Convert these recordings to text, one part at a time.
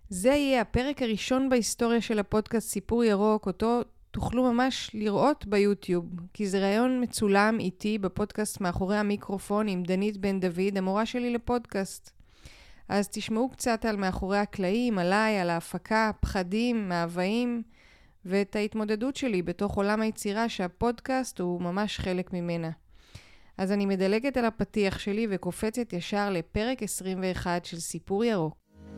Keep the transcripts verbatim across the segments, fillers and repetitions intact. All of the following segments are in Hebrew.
זה יהיה הפרק הראשון בהיסטוריה של הפודקאסט סיפור ירוק, אותו תוכלו ממש לראות ביוטיוב, כי זה רעיון מצולם איתי בפודקאסט מאחורי המיקרופון עם דנית בן דוד, המורה שלי לפודקאסט. אז תשמעו קצת על מאחורי הקלעים, עליי, על ההפקה, פחדים, מאוויים, ואת ההתמודדות שלי בתוך עולם היצירה שהפודקאסט הוא ממש חלק ממנה. אז אני מדלגת על הפתיח שלי וקופצת ישר לפרק עשרים ואחת של סיפור ירוק.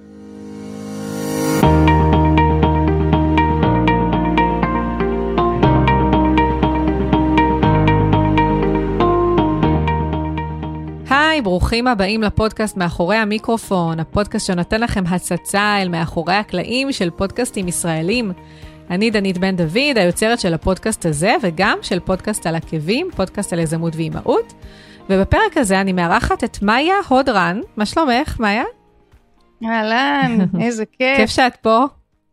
היי, ברוכים הבאים לפודקאסט מאחורי המיקרופון, הפודקאסט שנותן לכם הצצה אל מאחורי הקלעים של פודקאסטים ישראלים. אני דנית בן דוד, היוצרת של הפודקאסט הזה, וגם של פודקאסט על עקבים, פודקאסט על יזמות ואימהות. ובפרק הזה אני מארחת את מאיה הודרן. מה שלומך, מאיה? אהלן, איזה כיף. כיף שאת פה.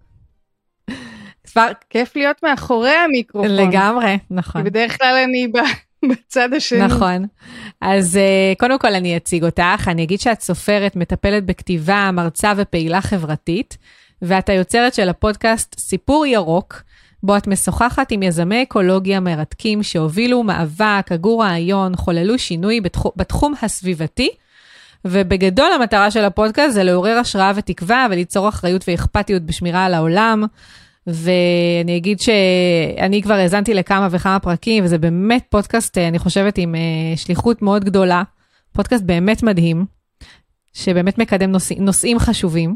כיף להיות מאחורי המיקרופון. לגמרי, נכון. בדרך כלל אני בצד השני. נכון. אז קודם כל אני אציג אותך. אני אגיד שאת סופרת, מטפלת בכתיבה, מרצה ופעילה חברתית. ואת היוצרת של הפודקאסט סיפור ירוק, בו את משוחחת עם יזמי אקולוגיה מרתקים שהובילו מאבק, הגו רעיון, חוללו שינוי בתחום, בתחום הסביבתי, ובגדול המטרה של הפודקאסט זה לעורר השראה ותקווה וליצור אחריות ואכפתיות בשמירה על העולם, ואני אגיד שאני כבר האזנתי לכמה וכמה פרקים, וזה באמת פודקאסט, אני חושבת, עם שליחות מאוד גדולה, פודקאסט באמת מדהים, שבאמת מקדם נושא, נושאים חשובים,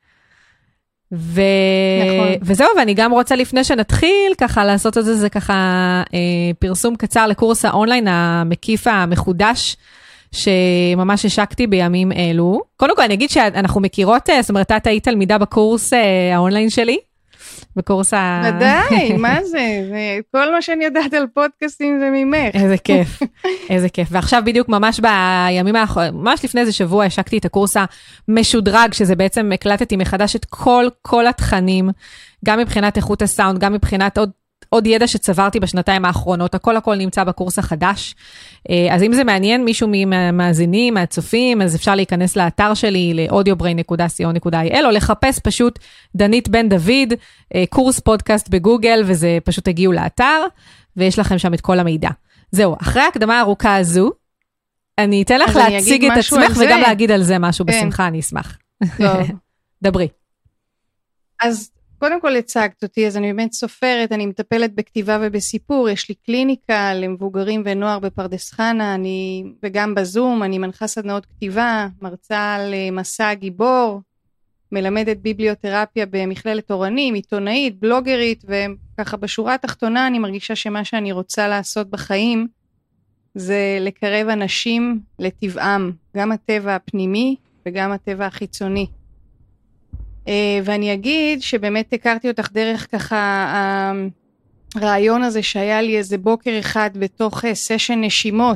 ו... נכון. וזהו, ואני גם רוצה לפני שנתחיל ככה לעשות את זה, זה ככה אה, פרסום קצר לקורס האונליין המקיף המחודש, שממש השקתי בימים אלו. קודם כל אני אגיד שאנחנו מכירות, זאת אומרת, את היית תלמידה בקורס אה, האונליין שלי, בקורס ה... ודאי, מה זה? כל מה שאני יודעת על פודקאסטים זה ממך. איזה כיף, איזה כיף. ועכשיו בדיוק ממש בימים האחרונים, ממש לפני איזה שבוע, השקתי את הקורס המשודרג, שזה בעצם הקלטתי מחדש את כל, כל התכנים, גם מבחינת איכות הסאונד, גם מבחינת עוד, עוד ידע שצברתי בשנתיים האחרונות, הכל הכל נמצא בקורס החדש. אז אם זה מעניין מישהו מהמאזינים, מהצופים, אז אפשר להיכנס לאתר שלי, ל-אודיובריין נקודה סי או נקודה איי אל, או לחפש פשוט דנית בן דוד, קורס פודקאסט בגוגל, וזה פשוט הגיעו לאתר, ויש לכם שם את כל המידע. זהו, אחרי ההקדמה הארוכה הזו, אני אתן לך להציג את עצמך, וגם להגיד על זה משהו, בשמחה, אני אשמח. דברי. אז קודם כל הצגת אותי, אז אני באמת סופרת, אני מטפלת בכתיבה ובסיפור, יש לי קליניקה למבוגרים ונוער בפרדס חנה, אני, וגם בזום, אני מנחה סדנאות כתיבה, מרצה על מסע גיבור, מלמדת ביבליותרפיה במכללת אורנים, עיתונאית, בלוגרית, וככה בשורה התחתונה אני מרגישה שמה שאני רוצה לעשות בחיים, זה לקרב אנשים לטבעם, גם הטבע הפנימי וגם הטבע החיצוני. ואני אגיד שבאמת הכרתי אותך דרך ככה הרעיון הזה שהיה לי איזה בוקר אחד בתוך סשן נשימות.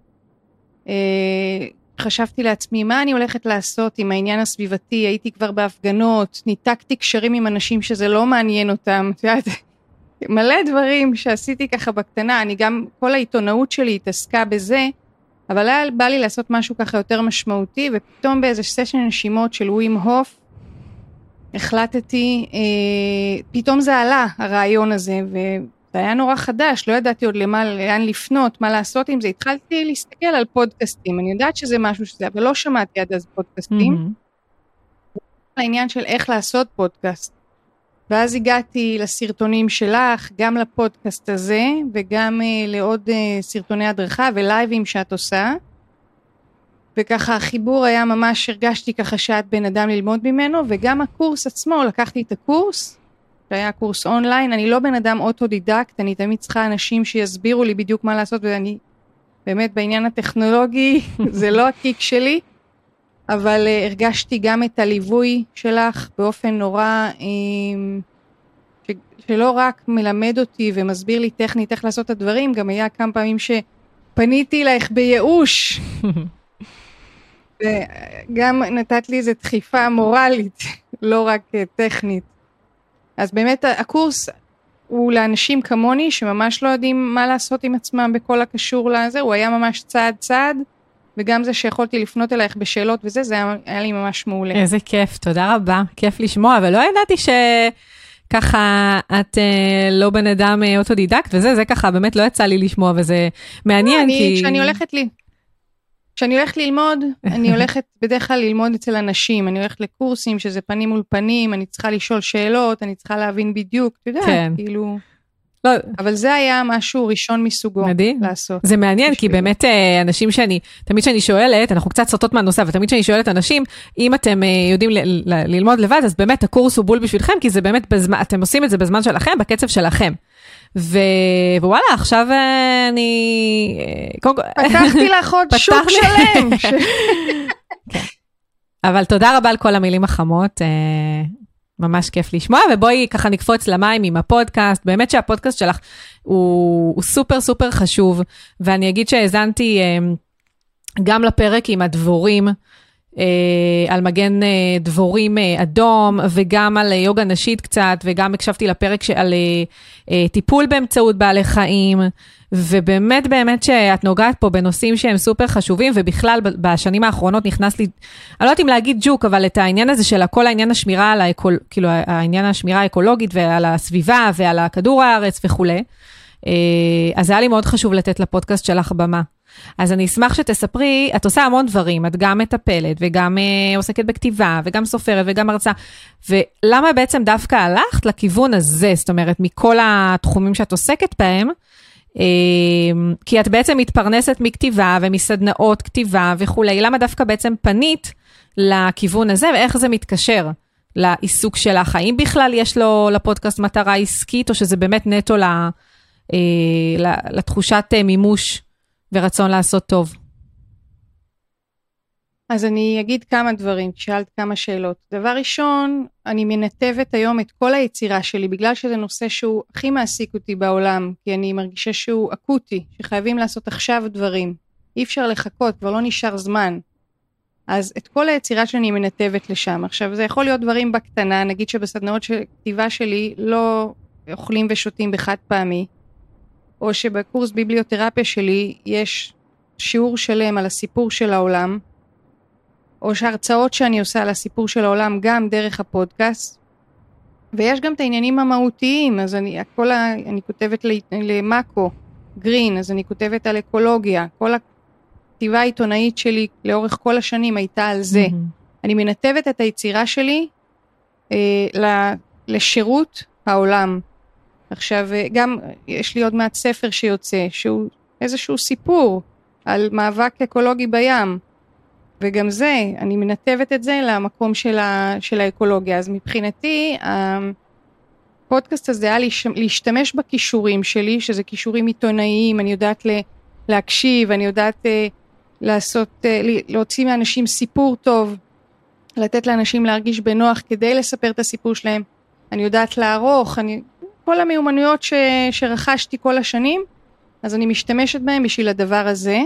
חשבתי לעצמי מה אני הולכת לעשות עם העניין הסביבתי, הייתי כבר בהפגנות, ניתקתי קשרים עם אנשים שזה לא מעניין אותם, את יודעת, מלא דברים שעשיתי ככה בקטנה, אני גם, כל העיתונאות שלי התעסקה בזה, אבל היה בא לי לעשות משהו ככה יותר משמעותי, ופתאום באיזה סשן נשימות של ווים הוף, החלטתי, אה, פתאום זה עלה, הרעיון הזה, וזה היה נורא חדש, לא ידעתי עוד למה, לאן לפנות, מה לעשות עם זה, התחלתי להסתכל על פודקאסטים, אני יודעת שזה משהו שזה, אבל לא שמעתי עד אז פודקאסטים, mm-hmm. לעניין של איך לעשות פודקאסט, ואז הגעתי לסרטונים שלך, גם לפודקאסט הזה, וגם אה, לעוד אה, סרטוני הדרכה ולייבים שאת עושה, וככה החיבור היה ממש, הרגשתי ככה שאת בן אדם ללמוד ממנו, וגם הקורס עצמו, לקחתי את הקורס, שהיה קורס אונליין, אני לא בן אדם אוטודידקט, אני תמיד צריכה אנשים שיסבירו לי בדיוק מה לעשות, ואני באמת בעניין הטכנולוגי, זה לא הקיק שלי, אבל uh, הרגשתי גם את הליווי שלך באופן נורא, um, ש, שלא רק מלמד אותי ומסביר לי טכנית איך לעשות את הדברים, גם היה כמה פעמים שפניתי לך בייאוש, וגם נתת לי איזו דחיפה מורלית, לא רק טכנית. אז באמת הקורס הוא לאנשים כמוני, שממש לא יודעים מה לעשות עם עצמם בכל הקשור לזה, הוא היה ממש צעד צעד, וגם זה שיכולתי לפנות אלייך בשאלות וזה, זה היה, היה לי ממש מעולה. איזה כיף, תודה רבה, כיף לשמוע, ולא ידעתי שככה את אה, לא בן אדם אה, אוטודידקט, וזה, זה ככה, באמת לא יצא לי לשמוע, וזה מעניין, אני, כי... כשאני הולכת לי, כשאני הולכת ללמוד, אני הולכת בדרך כלל ללמוד אצל אנשים, אני הולכת לקורסים שזה פנים מול פנים, אני צריכה לשאול שאלות, אני צריכה להבין בדיוק, אתה יודע, כן. כאילו... לא. אבל זה היה משהו ראשון מסוגו מדהים. לעשות. זה מעניין, כי באמת אנשים שאני, תמיד שאני שואלת, אנחנו קצת סוטות מהנושא, ותמיד שאני שואלת אנשים, אם אתם יודעים ל- ל- ללמוד לבד, אז באמת הקורס הוא בול בשבילכם, כי זה באמת בזמן, אתם עושים את זה בזמן שלכם, בקצב שלכם. ו... ווואלה, עכשיו אני... פתחתי לך עוד שוק שלם. ש... כן. אבל תודה רבה על כל המילים החמות, ממש כיף לשמוע, ובואי ככה נקפוץ למים עם הפודקאסט, באמת שהפודקאסט שלך הוא, הוא סופר סופר חשוב, ואני אגיד שהאזנתי גם לפרק עם הדבורים, על מגן דבורים אדום, וגם על יוגה נשית קצת, וגם הקשבתי לפרק על טיפול באמצעות בעלי חיים, ובאמת באמת שאת נוגעת פה בנושאים שהם סופר חשובים, ובכלל בשנים האחרונות נכנס לי, אני לא יודעת אם להגיד ג'וק, אבל את העניין הזה של כל העניין השמירה, על האקול, כאילו העניין השמירה האקולוגית, ועל הסביבה, ועל הכדור הארץ וכו'. אז היה לי מאוד חשוב לתת לפודקאסט שלך במה. אז אני אשמח שתספרי, את עושה המון דברים, את גם מטפלת, וגם אה, עוסקת בכתיבה, וגם סופרת, וגם הרצאה, ולמה בעצם דווקא הלכת לכיוון הזה, זאת אומרת, מכל התחומים שאת עוסקת בהם, אה, כי את בעצם מתפרנסת מכתיבה, ומסדנאות כתיבה וכו', למה דווקא בעצם פנית לכיוון הזה, ואיך זה מתקשר לעיסוק שלך, האם בכלל יש לו לפודקאסט מטרה עסקית, או שזה באמת נטו לתחושת מימוש, ורצון לעשות טוב. אז אני אגיד כמה דברים, שאלת כמה שאלות. דבר ראשון, אני מנתבת היום את כל היצירה שלי, בגלל שזה נושא שהוא הכי מעסיק אותי בעולם, כי אני מרגישה שהוא אקוטי, שחייבים לעשות עכשיו דברים. אי אפשר לחכות, כבר לא נשאר זמן. אז את כל היצירה שלי אני מנתבת לשם. עכשיו, זה יכול להיות דברים בקטנה, נגיד שבסדנאות של כתיבה שלי לא אוכלים ושותים בחד פעמי, או שבקורס ביבליותרפיה שלי יש שיעור שלם על הסיפור של העולם, או שההרצאות שאני עושה על הסיפור של העולם גם דרך הפודקאסט, ויש גם את העניינים המהותיים, אז אני, הכל, אני כותבת למאקו, גרין, אז אני כותבת על אקולוגיה, כל הכתיבה העיתונאית שלי לאורך כל השנים הייתה על זה. Mm-hmm. אני מנתבת את היצירה שלי אה, לשירות העולם. עכשיו, גם יש לי עוד מעט ספר שיוצא, שהוא איזשהו סיפור על מאבק אקולוגי בים, וגם זה, אני מנתבת את זה למקום של, ה, של האקולוגיה. אז מבחינתי, הפודקאסט הזה היה להשתמש בכישורים שלי, שזה כישורים עיתונאיים, אני יודעת להקשיב, אני יודעת לעשות, להוציא מאנשים סיפור טוב, לתת לאנשים להרגיש בנוח כדי לספר את הסיפור שלהם, אני יודעת לערוך, אני... כל המיומנויות ש... שרכשתי כל השנים, אז אני משתמשת בהם בשביל הדבר הזה.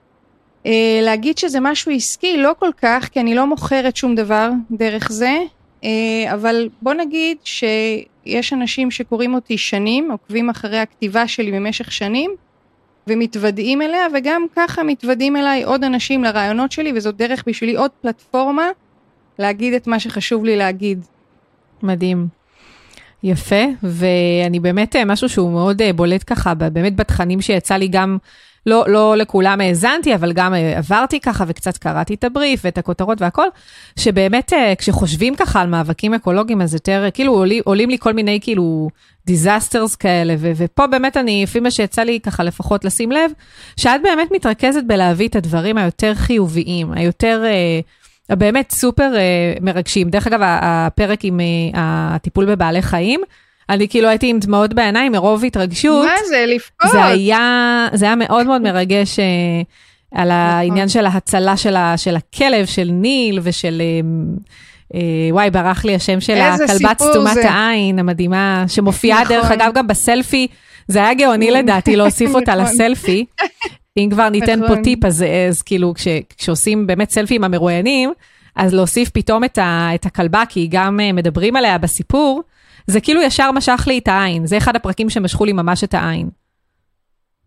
אה, להגיד שזה משהו עסקי, לא כל כך, כי אני לא מוכרת שום דבר דרך זה, אה, אבל בוא נגיד שיש אנשים שקוראים אותי שנים, עוקבים אחרי הכתיבה שלי במשך שנים, ומתוודעים אליה, וגם ככה מתוודעים אליי עוד אנשים לרעיונות שלי, וזאת דרך בשבילי עוד פלטפורמה, להגיד את מה שחשוב לי להגיד. מדהים. יפה, ואני באמת משהו שהוא מאוד בולט ככה, באמת בתכנים שיצא לי גם, לא, לא לכולם האזנתי, אבל גם עברתי ככה וקצת קראתי את הבריף ואת הכותרות והכל, שבאמת כשחושבים ככה על מאבקים אקולוגיים, אז יותר, כאילו עולים, עולים לי כל מיני כאילו דיזסטרס כאלה, ו, ופה באמת אני, לפי מה שיצא לי ככה לפחות לשים לב, שאת באמת מתרכזת בלהביא את הדברים היותר חיוביים, היותר... באמת סופר uh, מרגשים. דרך אגב, הפרק עם uh, הטיפול בבעלי חיים, אני כאילו הייתי עם דמעות בעיניים, מרוב התרגשות. מה זה, לפקוד? זה היה, זה היה מאוד מאוד מרגש uh, על העניין של ההצלה של, ה, של הכלב, של ניל ושל, uh, uh, וואי, ברח לי השם של הכלבת סתומת העין, המדהימה, שמופיעה נכון. דרך אגב גם בסלפי, זה היה גאוני לדעתי להוסיף אותה לסלפי. אם כבר ניתן פה טיפ, אז, אז כאילו, כש, כשעושים באמת סלפי עם המרואיינים, אז להוסיף פתאום את, ה, את הכלבה, כי גם מדברים עליה בסיפור, זה כאילו ישר משך לי את העין, זה אחד הפרקים שמשכו לי ממש את העין.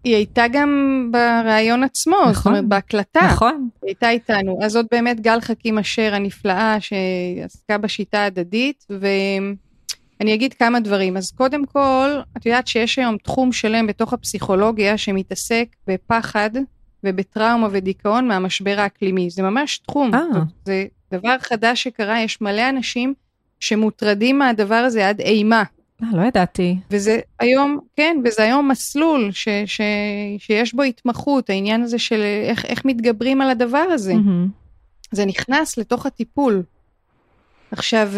היא הייתה גם ברעיון עצמו, נכון, זאת אומרת בהקלטה. נכון. היא הייתה איתנו. אז זאת באמת גל חכים אשר הנפלאה שעסקה בשיטה הדדית, ואני אגיד כמה דברים. אז קודם כל, את יודעת שיש היום תחום שלם בתוך הפסיכולוגיה שמתעסק בפחד ובטראומה ודיכאון מהמשבר האקלימי. זה ממש תחום. זאת, זה דבר חדש שקרה, יש מלא אנשים שמוטרדים מהדבר הזה עד אימה. אה, לא ידעתי. וזה היום, כן, וזה היום מסלול ש, ש, שיש בו התמחות, העניין הזה של איך, איך מתגברים על הדבר הזה. Mm-hmm. זה נכנס לתוך הטיפול. עכשיו,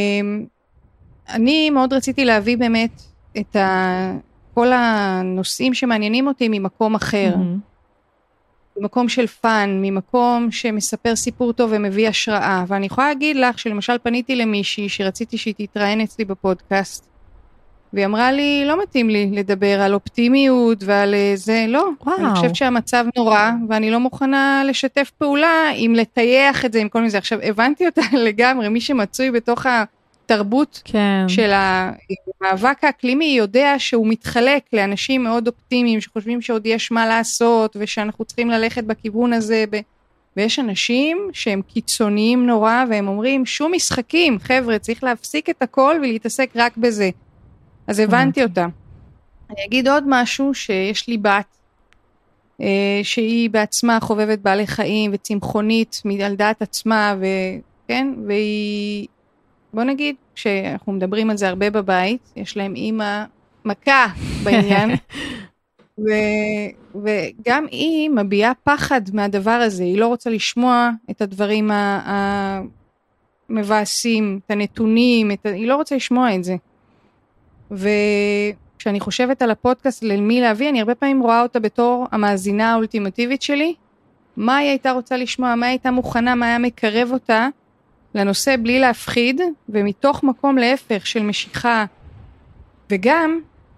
אני מאוד רציתי להביא באמת את ה, כל הנושאים שמעניינים אותי ממקום אחר. Mm-hmm. ממקום של פן, ממקום שמספר סיפור טוב ומביא השראה. ואני יכולה להגיד לך שלמשל פניתי למישהי שרציתי שהיא תתראיין אצלי בפודקאסט, והיא אמרה לי, לא מתאים לי לדבר על אופטימיות ועל זה, לא. וואו. אני חושבת שהמצב נורא, ואני לא מוכנה לשתף פעולה עם לטייח את זה, עם כל מיני. עכשיו, הבנתי אותה לגמרי, מי שמצוי בתוך התרבות כן. של המאבק האקלימי, יודע שהוא מתחלק לאנשים מאוד אופטימיים, שחושבים שעוד יש מה לעשות, ושאנחנו צריכים ללכת בכיוון הזה, ב... ויש אנשים שהם קיצוניים נורא, והם אומרים, שום משחקים, חבר'ה, צריך להפסיק את הכל ולהתעסק רק בזה. אז הבנתי אותה. אני אגיד עוד משהו, שיש לי בת, שהיא בעצמה חובבת בעלי חיים וצמחונית על דעת עצמה, וכן, והיא, בוא נגיד, שאנחנו מדברים על זה הרבה בבית, יש להם אימא מכה בעניין, ו, וגם היא מביעה פחד מהדבר הזה, היא לא רוצה לשמוע את הדברים המבאסים, את הנתונים, את, היא לא רוצה לשמוע את זה. וכשאני חושבת על הפודקאסט למי להביא, אני הרבה פעמים רואה אותה בתור המאזינה האולטימטיבית שלי, מה היא הייתה רוצה לשמוע, מה היא הייתה מוכנה, מה היה מקרב אותה לנושא בלי להפחיד, ומתוך מקום להפך של משיכה, וגם,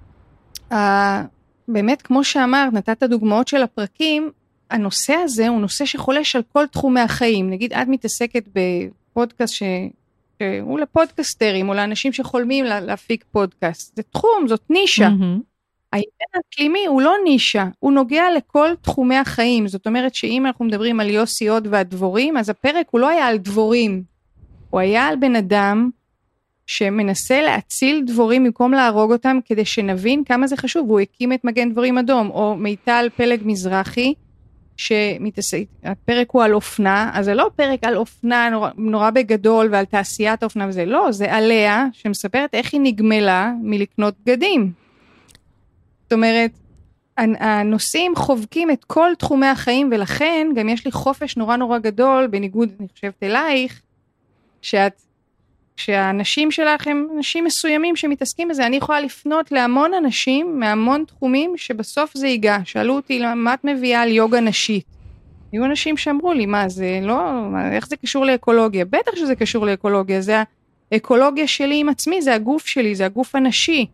באמת כמו שאמרת, נתת דוגמאות של הפרקים, הנושא הזה הוא נושא שחולש על כל תחומי החיים, נגיד את מתעסקת בפודקאסט ש... הוא לפודקסטרים, או לאנשים שחולמים להפיק פודקאסט. זה תחום, זאת נישה. Mm-hmm. העניין האקלימי הוא לא נישה, הוא נוגע לכל תחומי החיים. זאת אומרת שאם אנחנו מדברים על יוסי עוד והדבורים, אז הפרק הוא לא היה על דבורים. הוא היה על בן אדם שמנסה להציל דבורים במקום להרוג אותם, כדי שנבין כמה זה חשוב. הוא הקים את מגן דבורים אדום, או מיטל פלג מזרחי, שמתעסק, הפרק הוא על אופנה, אז זה לא פרק על אופנה נורא, נורא בגדול ועל תעשיית האופנה וזה, לא, זה עליה שמספרת איך היא נגמלה מלקנות בגדים. זאת אומרת, הנושאים חובקים את כל תחומי החיים, ולכן גם יש לי חופש נורא נורא גדול, בניגוד, אני חושבת אלייך, שאת, שהאנשים שלך הם אנשים מסוימים שמתעסקים בזה, אני יכולה לפנות להמון אנשים, מהמון תחומים, שבסוף זה ייגע. שאלו אותי, מה את מביאה על יוגה נשית? היו אנשים שאמרו לי, מה זה לא, איך זה קשור לאקולוגיה? בטח שזה קשור לאקולוגיה, זה האקולוגיה שלי עם עצמי, זה הגוף שלי, זה הגוף הנשי.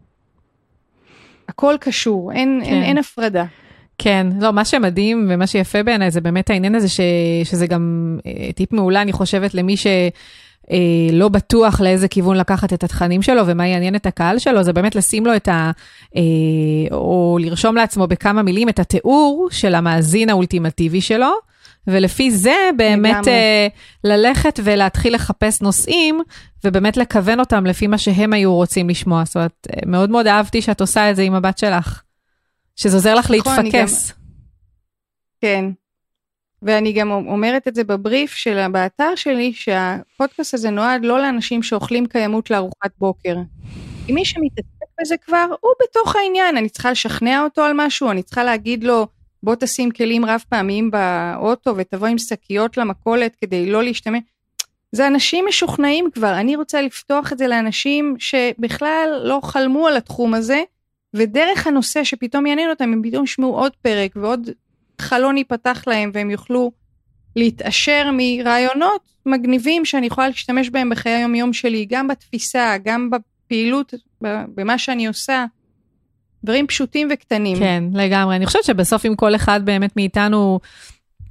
הכל קשור, אין, כן. אין, אין הפרדה. כן, לא, מה שמדהים ומה שיפה בעיניי, זה באמת העניין הזה, ש, שזה גם טיפ מעולה, אני חושבת, למי ש... לא בטוח לאיזה כיוון לקחת את התכנים שלו, ומה יעניין את הקהל שלו, זה באמת לשים לו את ה... או לרשום לעצמו בכמה מילים את התיאור של המאזין האולטימטיבי שלו, ולפי זה באמת ללכת ולהתחיל לחפש נושאים, ובאמת לכוון אותם לפי מה שהם היו רוצים לשמוע. זאת אומרת, מאוד מאוד אהבתי שאת עושה את זה עם הבת שלך, שזה עוזר לך להתפקס. כן. ואני גם אומרת את זה בבריף של באתר שלי, שהפודקאסט הזה נועד לא לאנשים שאוכלים קיימות לארוחת בוקר. כי מי שמתעסק בזה כבר, הוא בתוך העניין. אני צריכה לשכנע אותו על משהו, אני צריכה להגיד לו, בוא תשים כלים רב פעמים באוטו, ותבוא עם שקיות למכולת כדי לא להשתמש. זה אנשים משוכנעים כבר. אני רוצה לפתוח את זה לאנשים שבכלל לא חלמו על התחום הזה, ודרך הנושא שפתאום יעניין אותם, הם פתאום ישמעו עוד פרק ועוד חלון ייפתח להם, והם יוכלו להתעשר מרעיונות מגניבים שאני יכולה להשתמש בהם בחיי היום יום שלי, גם בתפיסה, גם בפעילות, במה שאני עושה, דברים פשוטים וקטנים. כן, לגמרי. אני חושבת שבסוף אם כל אחד באמת מאיתנו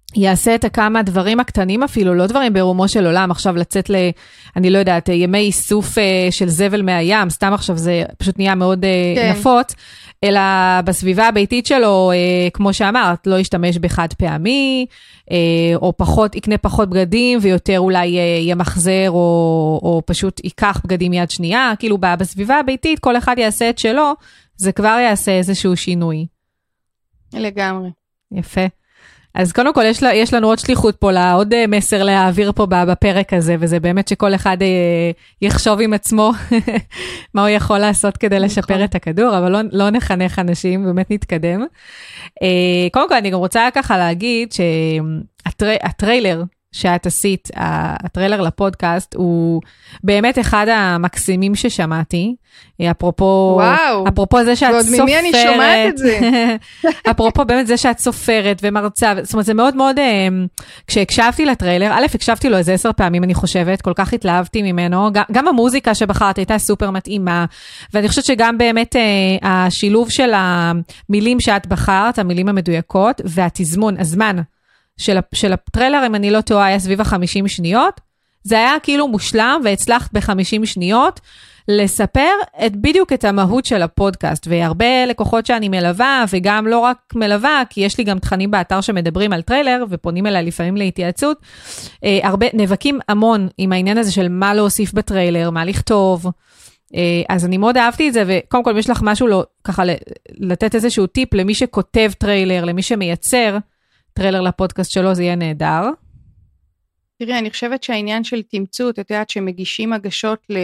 יעשה את הכמה דברים הקטנים אפילו, לא דברים ברומו של עולם, עכשיו לצאת ל, אני לא יודעת, ימי איסוף של זבל מהים, סתם עכשיו זה פשוט נהיה מאוד כן. נפוץ, אלא בסביבה הביתית שלו, כמו שאמרת, לא ישתמש בחד פעמי, או פחות, יקנה פחות בגדים, ויותר אולי ימחזר, או, או פשוט ייקח בגדים יד שנייה, כאילו בסביבה הביתית, כל אחד יעשה את שלו, זה כבר יעשה איזשהו שינוי. לגמרי. יפה. אז קודם כל, יש, יש לנו עוד שליחות פה, לה, עוד מסר להעביר פה בפרק הזה, וזה באמת שכל אחד יחשוב עם עצמו מה הוא יכול לעשות כדי לשפר את הכדור, אבל לא, לא נחנך אנשים, באמת נתקדם. קודם כל, אני גם רוצה ככה להגיד שהטריילר שאת עשית, הטריילר לפודקאסט, הוא באמת אחד המקסימים ששמעתי, אפרופו, וואו, אפרופו זה שאת סופרת, ממי אני שומעת את זה? אפרופו באמת זה שאת סופרת ומרצה, זאת אומרת זה מאוד מאוד, כשהקשבתי לטריילר, א', הקשבתי לו איזה עשר פעמים אני חושבת, כל כך התלהבתי ממנו, גם, גם המוזיקה שבחרת הייתה סופר מתאימה, ואני חושבת שגם באמת השילוב של המילים שאת בחרת, המילים המדויקות, והתזמון, הזמן, של, של הטריילר, אם אני לא טועה, היה סביב ה-חמישים שניות, זה היה כאילו מושלם, והצלחת ב-חמישים שניות, לספר את, בדיוק את המהות של הפודקאסט, והרבה לקוחות שאני מלווה, וגם לא רק מלווה, כי יש לי גם תכנים באתר שמדברים על טריילר, ופונים אליי לפעמים להתייעצות, אה, הרבה, נבקים המון עם העניין הזה של מה להוסיף בטריילר, מה לכתוב, אה, אז אני מאוד אהבתי את זה, וקודם כל, אם יש לך משהו לא, ככה לתת איזשהו טיפ למי שכותב טריילר, למי שמייצר, טריילר לפודקאסט שלו, זה יהיה נהדר. תראי, אני חושבת שהעניין של תמצות, את יודעת שמגישים הגשות ל...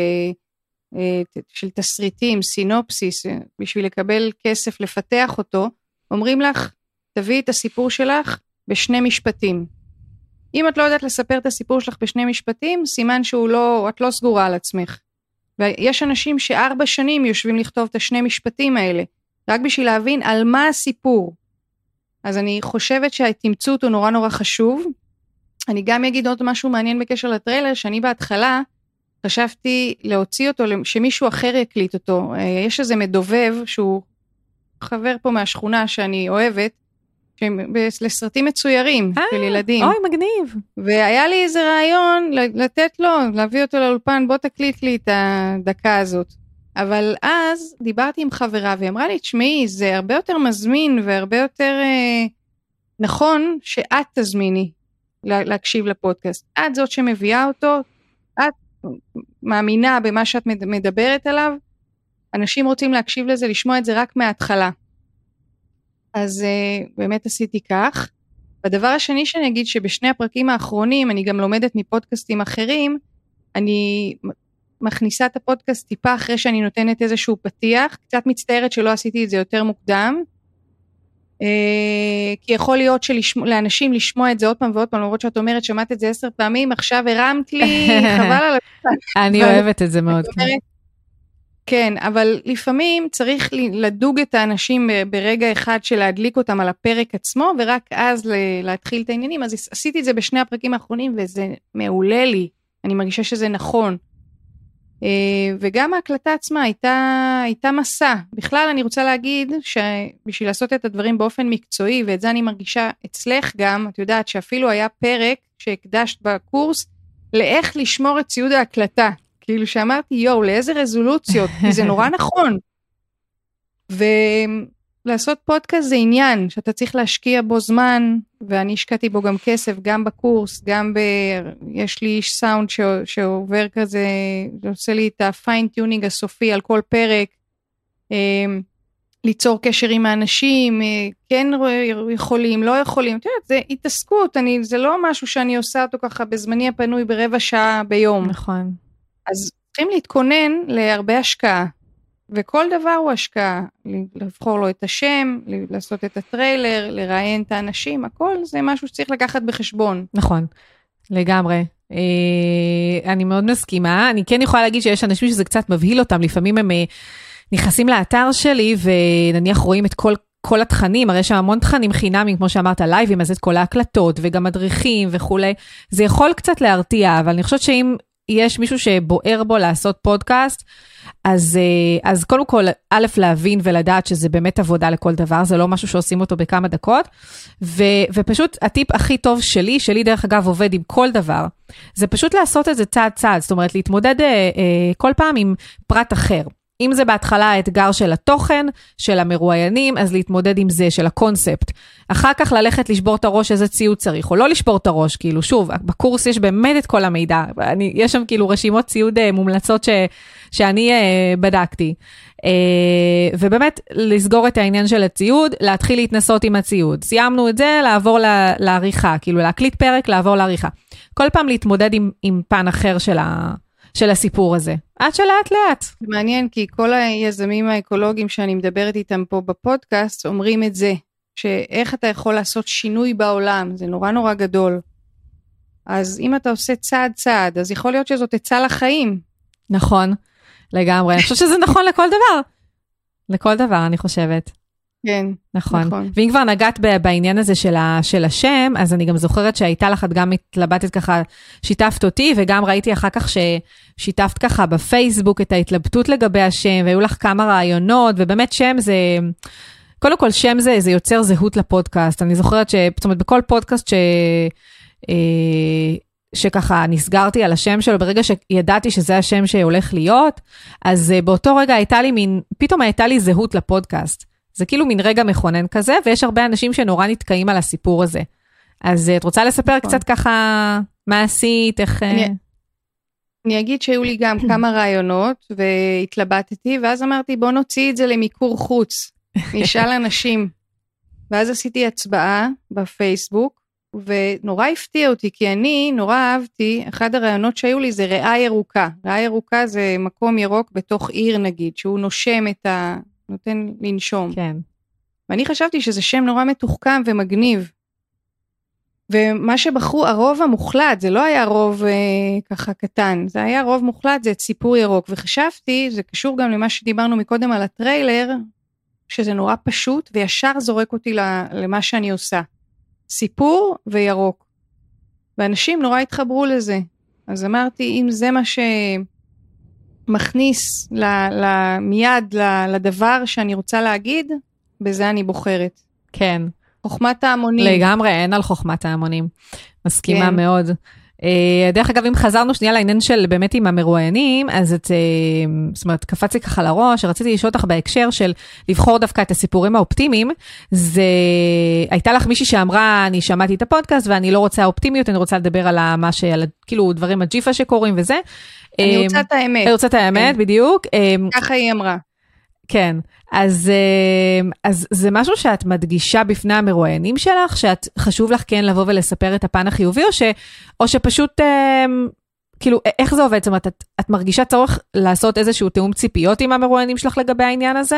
של תסריטים, סינופסיס, בשביל לקבל כסף, לפתח אותו, אומרים לך, תביאי את הסיפור שלך בשני משפטים. אם את לא יודעת לספר את הסיפור שלך בשני משפטים, סימן שהוא לא, את לא סגורה על עצמך. ויש אנשים שארבע שנים יושבים לכתוב את השני משפטים האלה, רק בשביל להבין על מה הסיפור. אז אני חושבת שהתמצות הוא נורא נורא חשוב. אני גם אגיד עוד משהו מעניין בקשר לטריילר, שאני בהתחלה חשבתי להוציא אותו, שמישהו אחר יקליט אותו. יש איזה מדובב שהוא חבר פה מהשכונה שאני אוהבת, לסרטים מצוירים של ילדים. אוי, מגניב. והיה לי איזה רעיון לתת לו, להביא אותו לאולפן, בוא תקליט לי את הדקה הזאת. אבל אז דיברתי עם חברה, והיא אמרה לי, תשמעי, זה הרבה יותר מזמין, והרבה יותר אה, נכון, שאת תזמיני להקשיב לפודקאסט. את זאת שמביאה אותו, את מאמינה במה שאת מדברת עליו, אנשים רוצים להקשיב לזה, לשמוע את זה רק מההתחלה. אז אה, באמת עשיתי כך. הדבר השני שאני אגיד, שבשני הפרקים האחרונים, אני גם לומדת מפודקאסטים אחרים, אני מכניסה את הפודקאסט טיפה אחרי שאני נותנת איזשהו פתיח, קצת מצטערת שלא עשיתי את זה יותר מוקדם, כי יכול להיות שלאנשים לשמוע את זה עוד פעם ועוד פעם, למרות שאת אומרת, שמעת את זה עשר פעמים, עכשיו הרמת לי, חבל על הפתיח. אני אוהבת את זה מאוד. כן, אבל לפעמים צריך לדוג את האנשים ברגע אחד של להדליק אותם על הפרק עצמו, ורק אז להתחיל את העניינים, אז עשיתי את זה בשני הפרקים האחרונים, וזה מעולה לי, אני מרגישה שזה נכון. וגם ההקלטה עצמה הייתה, הייתה מסע. בכלל אני רוצה להגיד שבשביל לעשות את הדברים באופן מקצועי, ואת זה אני מרגישה אצלך גם, את יודעת שאפילו היה פרק שהקדשת בקורס, לאיך לשמור את ציוד ההקלטה. כאילו שאמרתי, יואו, לאיזה רזולוציות, כי זה נורא נכון. ולעשות פודקאסט זה עניין, שאתה צריך להשקיע בו זמן, ואני השקעתי בו גם כסף, גם בקורס, גם ב... יש לי איש סאונד ש... שעובר כזה, שעושה לי את הפיינטיונינג הסופי על כל פרק, ליצור קשר עם האנשים, כן יכולים, לא יכולים, אתה יודעת, זה התעסקות, אני, זה לא משהו שאני עושה אותו ככה בזמני הפנוי ברבע שעה ביום. נכון. אז צריכים להתכונן להרבה השקעה, וכל דבר הוא השקעה, לבחור לו את השם, לעשות את הטריילר, לראיין את האנשים, הכל זה משהו שצריך לקחת בחשבון. נכון, לגמרי. אני מאוד מסכימה, אני כן יכולה להגיד שיש אנשים שזה קצת מבהיל אותם, לפעמים הם נכנסים לאתר שלי, ונניח רואים את כל כל התכנים, הרי שם המון תכנים חינמים, כמו שאמרת, לייבים, אז את כל ההקלטות, וגם מדריכים וכו'. זה יכול קצת להרתיע, אבל אני חושבת שאם יש מישהו שבוער בו לעשות פודקאסט, אז, אז קודם כל, א', להבין ולדעת שזה באמת עבודה לכל דבר, זה לא משהו שעושים אותו בכמה דקות, ו, ופשוט הטיפ הכי טוב שלי, שלי דרך אגב עובד עם כל דבר, זה פשוט לעשות את זה צעד צעד, זאת אומרת, להתמודד אה, אה, כל פעם עם פרט אחר. אם זה בהתחלה האתגר של התוכן, של המרואיינים, אז להתמודד עם זה, של הקונספט. אחר כך ללכת לשבור את הראש איזה ציוד צריך, או לא לשבור את הראש, כאילו שוב, בקורס יש באמת את כל המידע, אני, יש שם כאילו רשימות ציוד uh, מומלצות ש, שאני uh, בדקתי. Uh, ובאמת לסגור את העניין של הציוד, להתחיל להתנסות עם הציוד. סיימנו את זה, לעבור לה, לעריכה, כאילו להקליט פרק, לעבור לעריכה. כל פעם להתמודד עם, עם פן אחר של ה... של הסיפור הזה. עד שלאט לאט. זה מעניין, כי כל היזמים האקולוגיים שאני מדברת איתם פה בפודקאסט, אומרים את זה, שאיך אתה יכול לעשות שינוי בעולם, זה נורא נורא גדול. אז אם אתה עושה צעד צעד, אז יכול להיות שזאת עצה לחיים. נכון, לגמרי. אני חושבת שזה נכון לכל דבר. לכל דבר, אני חושבת. כן, נכון. נכון. ואם כבר נגעת בעניין הזה של, ה, של השם, אז אני גם זוכרת שהייתה לך, את גם התלבטת ככה, שיתפת אותי, וגם ראיתי אחר כך ששיתפת ככה בפייסבוק את ההתלבטות לגבי השם, והיו לך כמה רעיונות, ובאמת שם זה, קודם כל שם זה, זה יוצר זהות לפודקאסט. אני זוכרת ש, זאת אומרת, בכל פודקאסט ש... שככה נסגרתי על השם שלו, ברגע שידעתי שזה השם שהולך להיות, אז באותו רגע הייתה לי מין, פתאום הייתה לי זהות לפודקאסט. זה כאילו מין רגע מכונן כזה, ויש הרבה אנשים שנורא נתקעים על הסיפור הזה. אז את רוצה לספר קצת ככה, מה עשית, איך... אני, אני אגיד שהיו לי גם כמה רעיונות, והתלבטתי, ואז אמרתי, בוא נוציא את זה למיקור חוץ, נשאל אנשים. ואז עשיתי הצבעה בפייסבוק, ונורא הפתיע אותי, כי אני נורא אהבתי, אחד הרעיונות שהיו לי זה ריאה ירוקה. ריאה ירוקה זה מקום ירוק בתוך עיר נגיד, שהוא נושם את ה... נותן לנשום. כן. ואני חשבתי שזה שם נורא מתוחכם ומגניב. ומה שבחרו, הרוב המוחלט, זה לא היה רוב אה, ככה קטן, זה היה רוב מוחלט, זה סיפור ירוק. וחשבתי, זה קשור גם למה שדיברנו מקודם על הטריילר, שזה נורא פשוט, וישר זורק אותי למה שאני עושה. סיפור וירוק. ואנשים נורא התחברו לזה. אז אמרתי, אם זה מה שמכניס ל, ל, מיד ל, לדבר שאני רוצה להגיד, בזה אני בוחרת. כן. חוכמת ההמונים. לגמרי, אין על חוכמת ההמונים. מסכימה כן. מאוד. דרך אגב, אם חזרנו שנייה לעניין של באמת עם המרואיינים, אז את, זאת אומרת, קפצתי ככה לראש, רציתי לשאול אותך בהקשר של לבחור דווקא את הסיפורים האופטימיים, זה, הייתה לך מישהי שאמרה, אני שמעתי את הפודקאסט, ואני לא רוצה אופטימיות, אני רוצה לדבר על מה שעל, כאילו, דברים הג'יפה שקורים וזה. אני רוצה את האמת. אני רוצה את האמת, בדיוק. ככה היא אמרה. כן, אז, אז זה משהו שאת מדגישה בפני המרואיינים שלך, שאת חשוב לך כן לבוא ולספר את הפן החיובי, או, ש, או שפשוט, כאילו, איך זה עובד? זאת אומרת, את, את מרגישה צורך לעשות איזשהו תאום ציפיות עם המרואיינים שלך לגבי העניין הזה?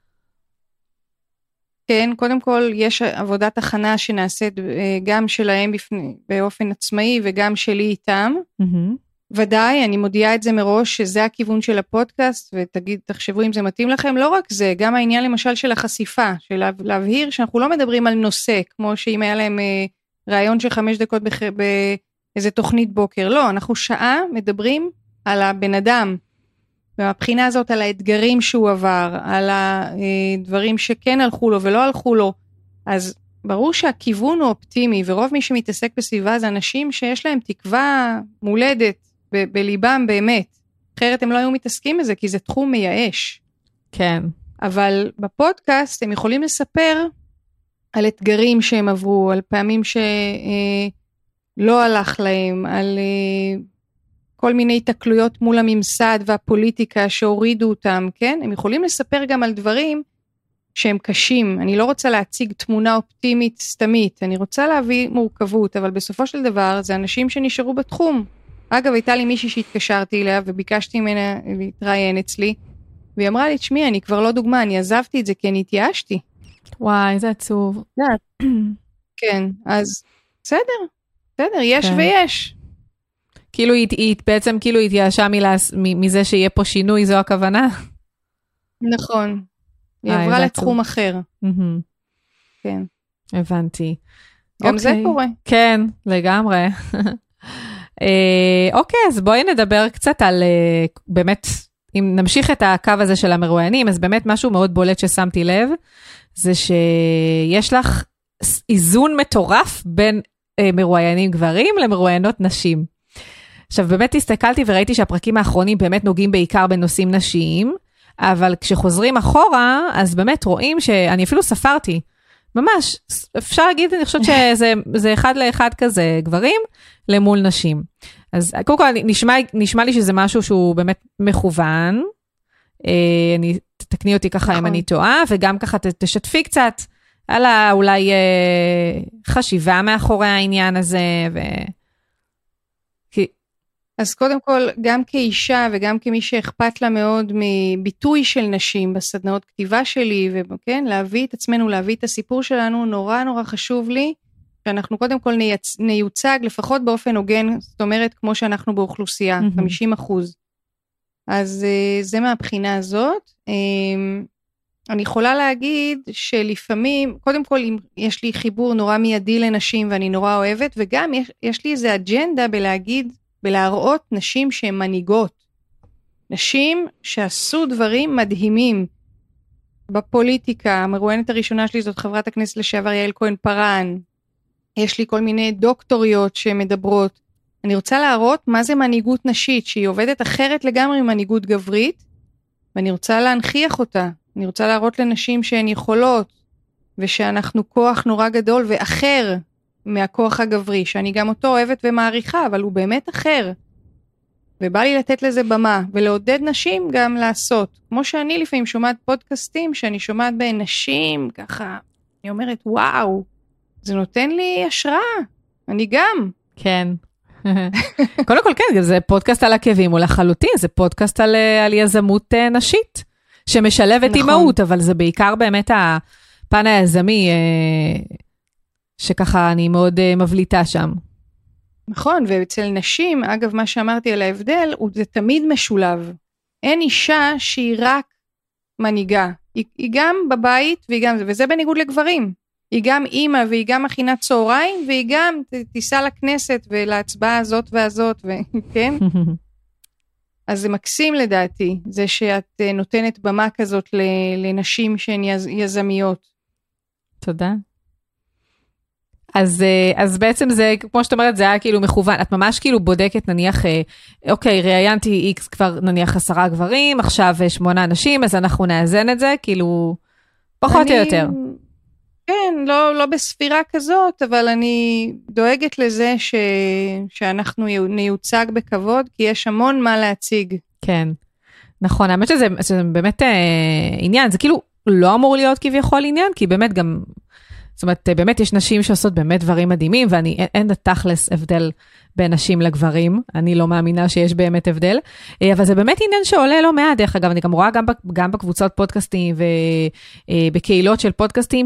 כן, קודם כל יש עבודת הכנה שנעשית גם שלהם בפני, באופן עצמאי וגם שלי איתם. Mm-hmm. ודאי, אני מודיעה את זה מראש, שזה הכיוון של הפודקאסט, ותגיד, תחשבו אם זה מתאים לכם, לא רק זה, גם העניין למשל של החשיפה, של להבהיר שאנחנו לא מדברים על נושא, כמו שאם היה להם אה, רעיון של חמש דקות בח... באיזה תוכנית בוקר, לא, אנחנו שעה מדברים על הבן אדם, ומהבחינה הזאת על האתגרים שהוא עבר, על הדברים שכן הלכו לו ולא הלכו לו, אז ברור שהכיוון הוא אופטימי, ורוב מי שמתעסק בסביבה זה אנשים שיש להם תקווה מולדת, ב- בליבם באמת, אחרת הם לא היו מתעסקים בזה, כי זה תחום מייאש. כן. אבל בפודקאסט הם יכולים לספר על אתגרים שהם עברו, על פעמים שלא אה, הלך להם, על אה, כל מיני תקלויות מול הממסד והפוליטיקה שהורידו אותם, כן? הם יכולים לספר גם על דברים שהם קשים. אני לא רוצה להציג תמונה אופטימית סתמית, אני רוצה להביא מורכבות, אבל בסופו של דבר זה אנשים שנשארו בתחום. אגב, הייתה לי מישהי שהתקשרתי אליה וביקשתי ממנה להתראיין אצלי, והיא אמרה לי, תשמעי, אני כבר לא דוגמה, אני עזבתי את זה כי אני התייאשתי. וואי, זה עצוב. כן, אז בסדר, בסדר, יש כן. ויש. כאילו היא, היא בעצם כאילו התייאשה מזה שיהיה פה שינוי, זו הכוונה? נכון. היא עברה לתחום אחר. כן. הבנתי. גם זה קורה. כן, לגמרי. אוקיי, אז בואי נדבר קצת על, באמת, אם נמשיך את הקו הזה של המרואיינים, אז באמת משהו מאוד בולט ששמתי לב, זה שיש לך איזון מטורף בין מרואיינים גברים למרואיינות נשים. עכשיו, באמת הסתכלתי וראיתי שהפרקים האחרונים באמת נוגעים בעיקר בנושאים נשיים, אבל כשחוזרים אחורה, אז באמת רואים שאני אפילו ספרתי, ממש, אפשר להגיד, אני חושבת שזה זה אחד לאחד כזה גברים למול נשים. אז קודם כל, נשמע, נשמע לי שזה משהו שהוא באמת מכוון, אה, אני, תתקני אותי ככה נכון. אם אני טועה, וגם ככה ת, תשתפי קצת, על אולי אה, חשיבה מאחורי העניין הזה, ו... כי... אז קודם כל, גם כאישה וגם כמי שאכפת לה מאוד מביטוי של נשים בסדנאות כתיבה שלי, וכן, להביא את עצמנו, להביא את הסיפור שלנו, נורא נורא חשוב לי, שאנחנו קודם כל נייצ... ניוצג לפחות באופן הוגן, זאת אומרת, כמו שאנחנו באוכלוסייה, mm-hmm. חמישים אחוז. אז זה מהבחינה הזאת. אני יכולה להגיד שלפעמים, קודם כל יש לי חיבור נורא מיידי לנשים ואני נורא אוהבת, וגם יש, יש לי איזה אג'נדה בלהגיד, בלהראות נשים שהן מנהיגות. נשים שעשו דברים מדהימים בפוליטיקה. המרואיינת הראשונה שלי זאת חברת הכנסת לשעבר יעל כהן פרן. יש לי כל מיני דוקטוריות שמדברות. אני רוצה להראות מה זה מנהיגות נשית, שהיא עובדת אחרת לגמרי ממנהיגות גברית, ואני רוצה להנכיח אותה. אני רוצה להראות לנשים שהן יכולות, ושאנחנו כוח נורא גדול ואחר מהכוח הגברי, שאני גם אותו אוהבת ומעריכה, אבל הוא באמת אחר. ובא לי לתת לזה במה, ולעודד נשים גם לעשות. כמו שאני לפעמים שומעת פודקאסטים, שאני שומעת בין נשים, ככה, אני אומרת, וואו, זה נותן לי השראה. אני גם. כן. קודם כל כן, זה פודקאסט על עקבים, הוא לחלוטין, זה פודקאסט על, על יזמות נשית, שמשלבת נכון. אימהות, אבל זה בעיקר באמת הפן היזמי, שככה אני מאוד מבליטה שם. נכון, ואצל נשים, אגב מה שאמרתי על ההבדל, זה תמיד משולב. אין אישה שהיא רק מנהיגה, היא, היא גם בבית, והיא גם, וזה בניגוד לגברים. היא גם אימא, והיא גם מכינת צהריים, והיא גם תיסע לכנסת, ולהצבעה הזאת והזאת, וכן? אז זה מקסים לדעתי, זה שאת נותנת במה כזאת לנשים שהן יזמיות. תודה. אז, אז בעצם זה, כמו שאת אומרת, זה היה כאילו מכוון, את ממש כאילו בודקת נניח, אוקיי, ראיינתי איקס כבר נניח עשרה גברים, עכשיו שמונה אנשים, אז אנחנו נאזן את זה, כאילו, פחות או יותר. כן, לא, לא בספירה כזאת, אבל אני דואגת לזה ש... שאנחנו ניוצג בכבוד, כי יש המון מה להציג. כן, נכון, האמת שזה, שזה באמת אה, עניין, זה כאילו לא אמור להיות כביכול עניין, כי באמת גם, זאת אומרת, באמת יש נשים שעושות באמת דברים מדהימים, ואני, אין, אין תכלס הבדל בין נשים לגברים, אני לא מאמינה שיש באמת הבדל, אבל זה באמת עניין שעולה לא מעט, דרך אגב, אני גם רואה גם, גם בקבוצות פודקאסטים ובקהילות של פודקאסטים,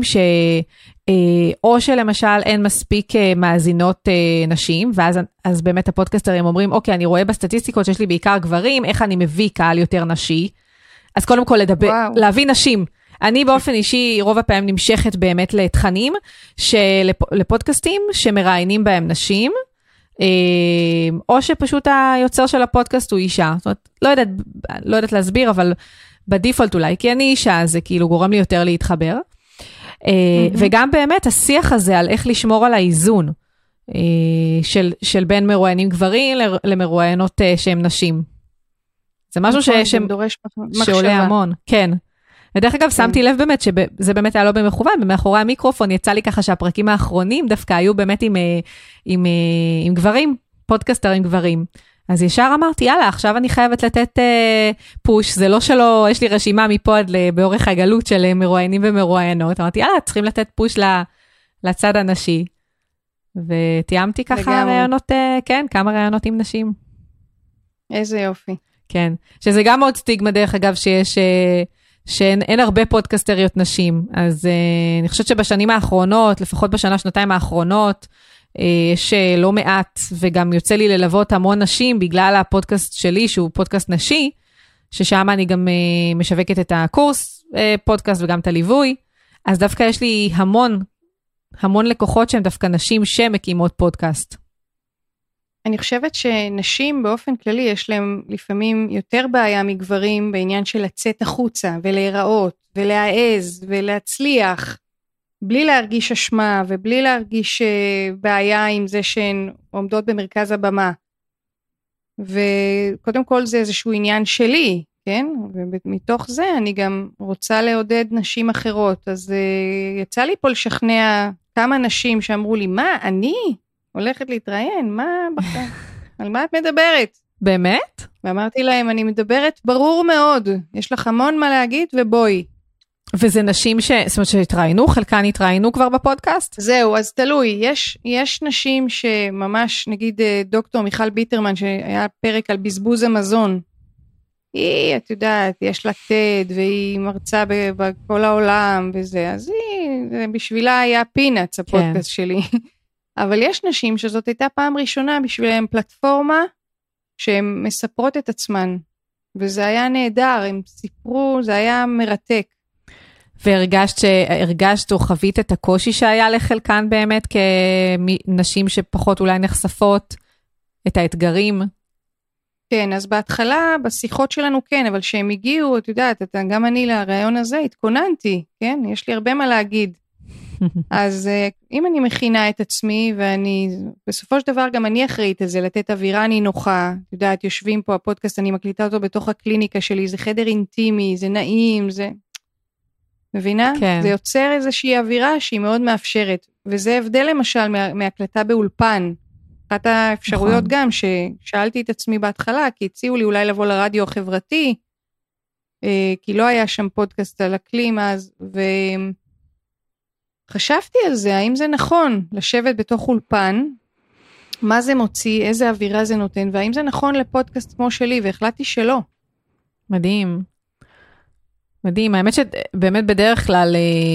שאו שלמשל אין מספיק מאזינות נשים, ואז אז באמת הפודקאסטרים אומרים, אוקיי, אני רואה בסטטיסטיקות שיש לי בעיקר גברים, איך אני מביא קהל יותר נשי, אז קודם כל לדבר, להביא נשים, אני באופן אישי רוב הפעמים נמשכת באמת לתכנים, לפודקאסטים שמראיינים בהם נשים, או שפשוט היוצר של הפודקאסט הוא אישה, זאת אומרת, לא יודעת, לא יודעת להסביר, אבל בדיפולט אולי, כי אני אישה, זה כאילו גורם לי יותר להתחבר, וגם באמת השיח הזה על איך לשמור על האיזון, של, של בין מרואיינים גברים למרואיינות שהם נשים. זה משהו ש, ש, שעולה המון, כן. ודרך אגב, שמתי לב באמת שזה באמת היה לא במכוון, ומאחורי המיקרופון יצא לי ככה שהפרקים האחרונים דווקא היו באמת עם, עם, עם גברים, פודקאסטרים גברים. אז ישר אמרתי, יאללה, עכשיו אני חייבת לתת פוש, זה לא שלא, יש לי רשימה מפה עד באורך הגלות של מרואיינים ומרואיינות, אמרתי, יאללה, צריכים לתת פוש לצד הנשי. ותיאמתי ככה רעיונות, כן, כמה רעיונות עם נשים. איזה יופי. כן, שזה גם עוד סטיגמה דרך אגב שיש... שאין אין הרבה פודקסטריות נשים, אז uh, אני חושבת שבשנים האחרונות, לפחות בשנה, שנתיים האחרונות, uh, יש uh, לא מעט, וגם יוצא לי ללוות המון נשים, בגלל הפודקאסט שלי, שהוא פודקאסט נשי, ששם אני גם uh, משווקת את הקורס uh, פודקאסט, וגם את הליווי, אז דווקא יש לי המון, המון לקוחות שהן דווקא נשים שמקימות פודקאסט. אני חושבת שנשים באופן כללי יש להם לפעמים יותר בעיה מגברים בעניין של לצאת החוצה ולהיראות ולהעז ולהצליח בלי להרגיש אשמה ובלי להרגיש בעיה עם זה שהן עומדות במרכז הבמה. וקודם כל זה איזשהו עניין שלי, כן? ומתוך זה אני גם רוצה לעודד נשים אחרות. אז יצא לי פה לשכנע כמה נשים שאמרו לי, מה, אני הולכת להתראיין? מה, על מה את מדברת? באמת? ואמרתי להם, אני מדברת ברור מאוד, יש לך המון מה להגיד ובואי. וזה נשים ש... זאת אומרת שהתראינו, חלקן התראינו כבר בפודקאסט? זהו, אז תלוי, יש, יש נשים שממש, נגיד דוקטור מיכל ביטרמן, שהיה פרק על בזבוז המזון, היא, את יודעת, יש לה תד, והיא מרצה בכל העולם וזה, אז היא, בשבילה היה פינאץ הפודקאסט כן. שלי. אבל יש נשים שזאת הייתה פעם ראשונה בשבילהם פלטפורמה, שהן מספרות את עצמן, וזה היה נהדר, הם סיפרו, זה היה מרתק. והרגשת שהרגשת או חווית את הקושי שהיה לחלקן באמת, כנשים שפחות אולי נחשפות את האתגרים? כן, אז בהתחלה, בשיחות שלנו כן, אבל שהם הגיעו, את יודעת, אתה, גם אני לרעיון הזה התכוננתי, כן? יש לי הרבה מה להגיד. אז אם אני מכינה את עצמי, ואני, בסופו של דבר גם אני אחראית על זה, לתת אווירה נינוחה, את יודעת, יושבים פה הפודקאסט, אני מקליטה אותו בתוך הקליניקה שלי, זה חדר אינטימי, זה נעים, זה... מבינה? כן. זה יוצר איזושהי אווירה שהיא מאוד מאפשרת, וזה הבדל למשל מה, מהקלטה באולפן, אחת האפשרויות נכון. גם ששאלתי את עצמי בהתחלה, כי הציעו לי אולי לבוא לרדיו החברתי, כי לא היה שם פודקאסט על אקלים אז, וחשבתי על זה, האם זה נכון לשבת בתוך אולפן, מה זה מוציא, איזה אווירה זה נותן, והאם זה נכון לפודקאסט כמו שלי, והחלטתי שלא. מדהים. מדהים, האמת שבאמת בדרך כלל,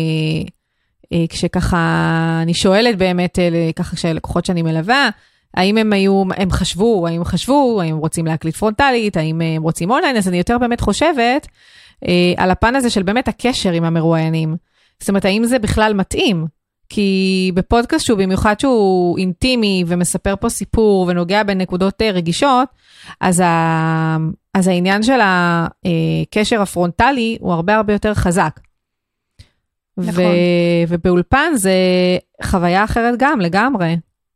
כשככה אני שואלת באמת, ככה כשלקוחות שאני מלווה, האם הם היו, הם חשבו, האם הם חשבו, האם הם רוצים להקליט פרונטלית, האם הם רוצים אונליין, אז אני יותר באמת חושבת על הפן הזה של באמת הקשר עם המרואיינים. זאת אומרת, האם זה בכלל מתאים? כי בפודקאסט שהוא במיוחד שהוא אינטימי ומספר פה סיפור ונוגע בנקודות רגישות, אז, ה... אז העניין של הקשר הפרונטלי הוא הרבה הרבה יותר חזק. נכון. ו... ובאולפן זה חוויה אחרת גם, לגמרי.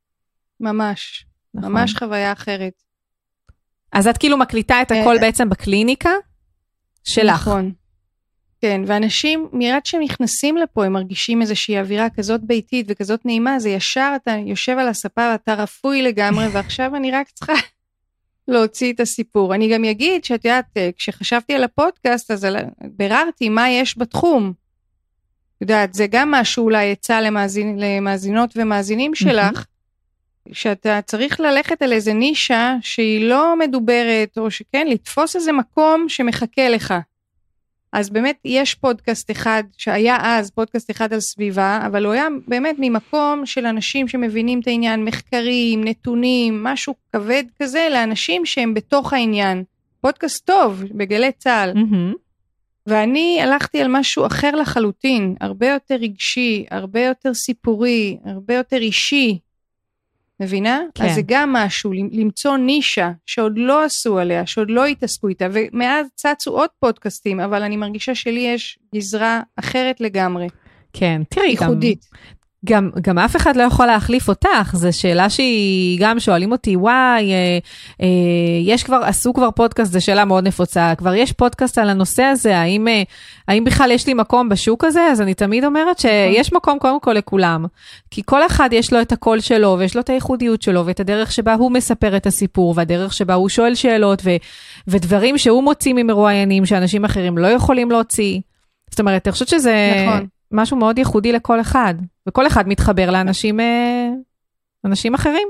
ממש, נכון. ממש חוויה אחרת. אז את כאילו מקליטה את הכל בעצם בקליניקה שלך. נכון. כן, ואנשים, מיד שהם נכנסים לפה, הם מרגישים איזושהי אווירה כזאת ביתית וכזאת נעימה, זה ישר, אתה יושב על הספה, אתה רפוי לגמרי, ועכשיו אני רק צריכה להוציא את הסיפור. אני גם אגיד שאת יודעת, כשחשבתי על הפודקאסט, אז בררתי מה יש בתחום. את יודעת, זה גם משהו אולי יצא למאזין, למאזינות ומאזינים שלך, שאתה צריך ללכת על איזה נישה שהיא לא מדוברת, או שכן, לתפוס איזה מקום שמחכה לך. אז באמת יש פודקאסט אחד, שהיה אז פודקאסט אחד על סביבה, אבל הוא היה באמת ממקום של אנשים שמבינים את העניין, מחקרים, נתונים, משהו כבד כזה, לאנשים שהם בתוך העניין. פודקאסט טוב, בגלי צהל. Mm-hmm. ואני הלכתי על משהו אחר לחלוטין, הרבה יותר רגשי, הרבה יותר סיפורי, הרבה יותר אישי. מבינה? כן. אז זה גם משהו, למצוא נישה שעוד לא עשו עליה, שעוד לא התעסקו איתה, ומאז צצו עוד פודקאסטים, אבל אני מרגישה שלי יש גזרה אחרת לגמרי. כן, תראי, ייחודית. גם, גם אף אחד לא יכול להחליף אותך, זו שאלה שהיא גם שואלים אותי, וואי, אה, אה, יש כבר, עשו כבר פודקאסט, זו שאלה מאוד נפוצה, כבר יש פודקאסט על הנושא הזה, האם, אה, האם בכלל יש לי מקום בשוק הזה? אז אני תמיד אומרת שיש מקום קודם כל לכולם, כי כל אחד יש לו את הקול שלו, ויש לו את הייחודיות שלו, ואת הדרך שבה הוא מספר את הסיפור, והדרך שבה הוא שואל שאלות, ו, ודברים שהוא מוציא ממרואיינים, שאנשים אחרים לא יכולים להוציא. זאת אומרת, אני חושבת שזה... נכון. משהו מאוד ייחודי לכל אחד, וכל אחד מתחבר לאנשים, אנשים אחרים.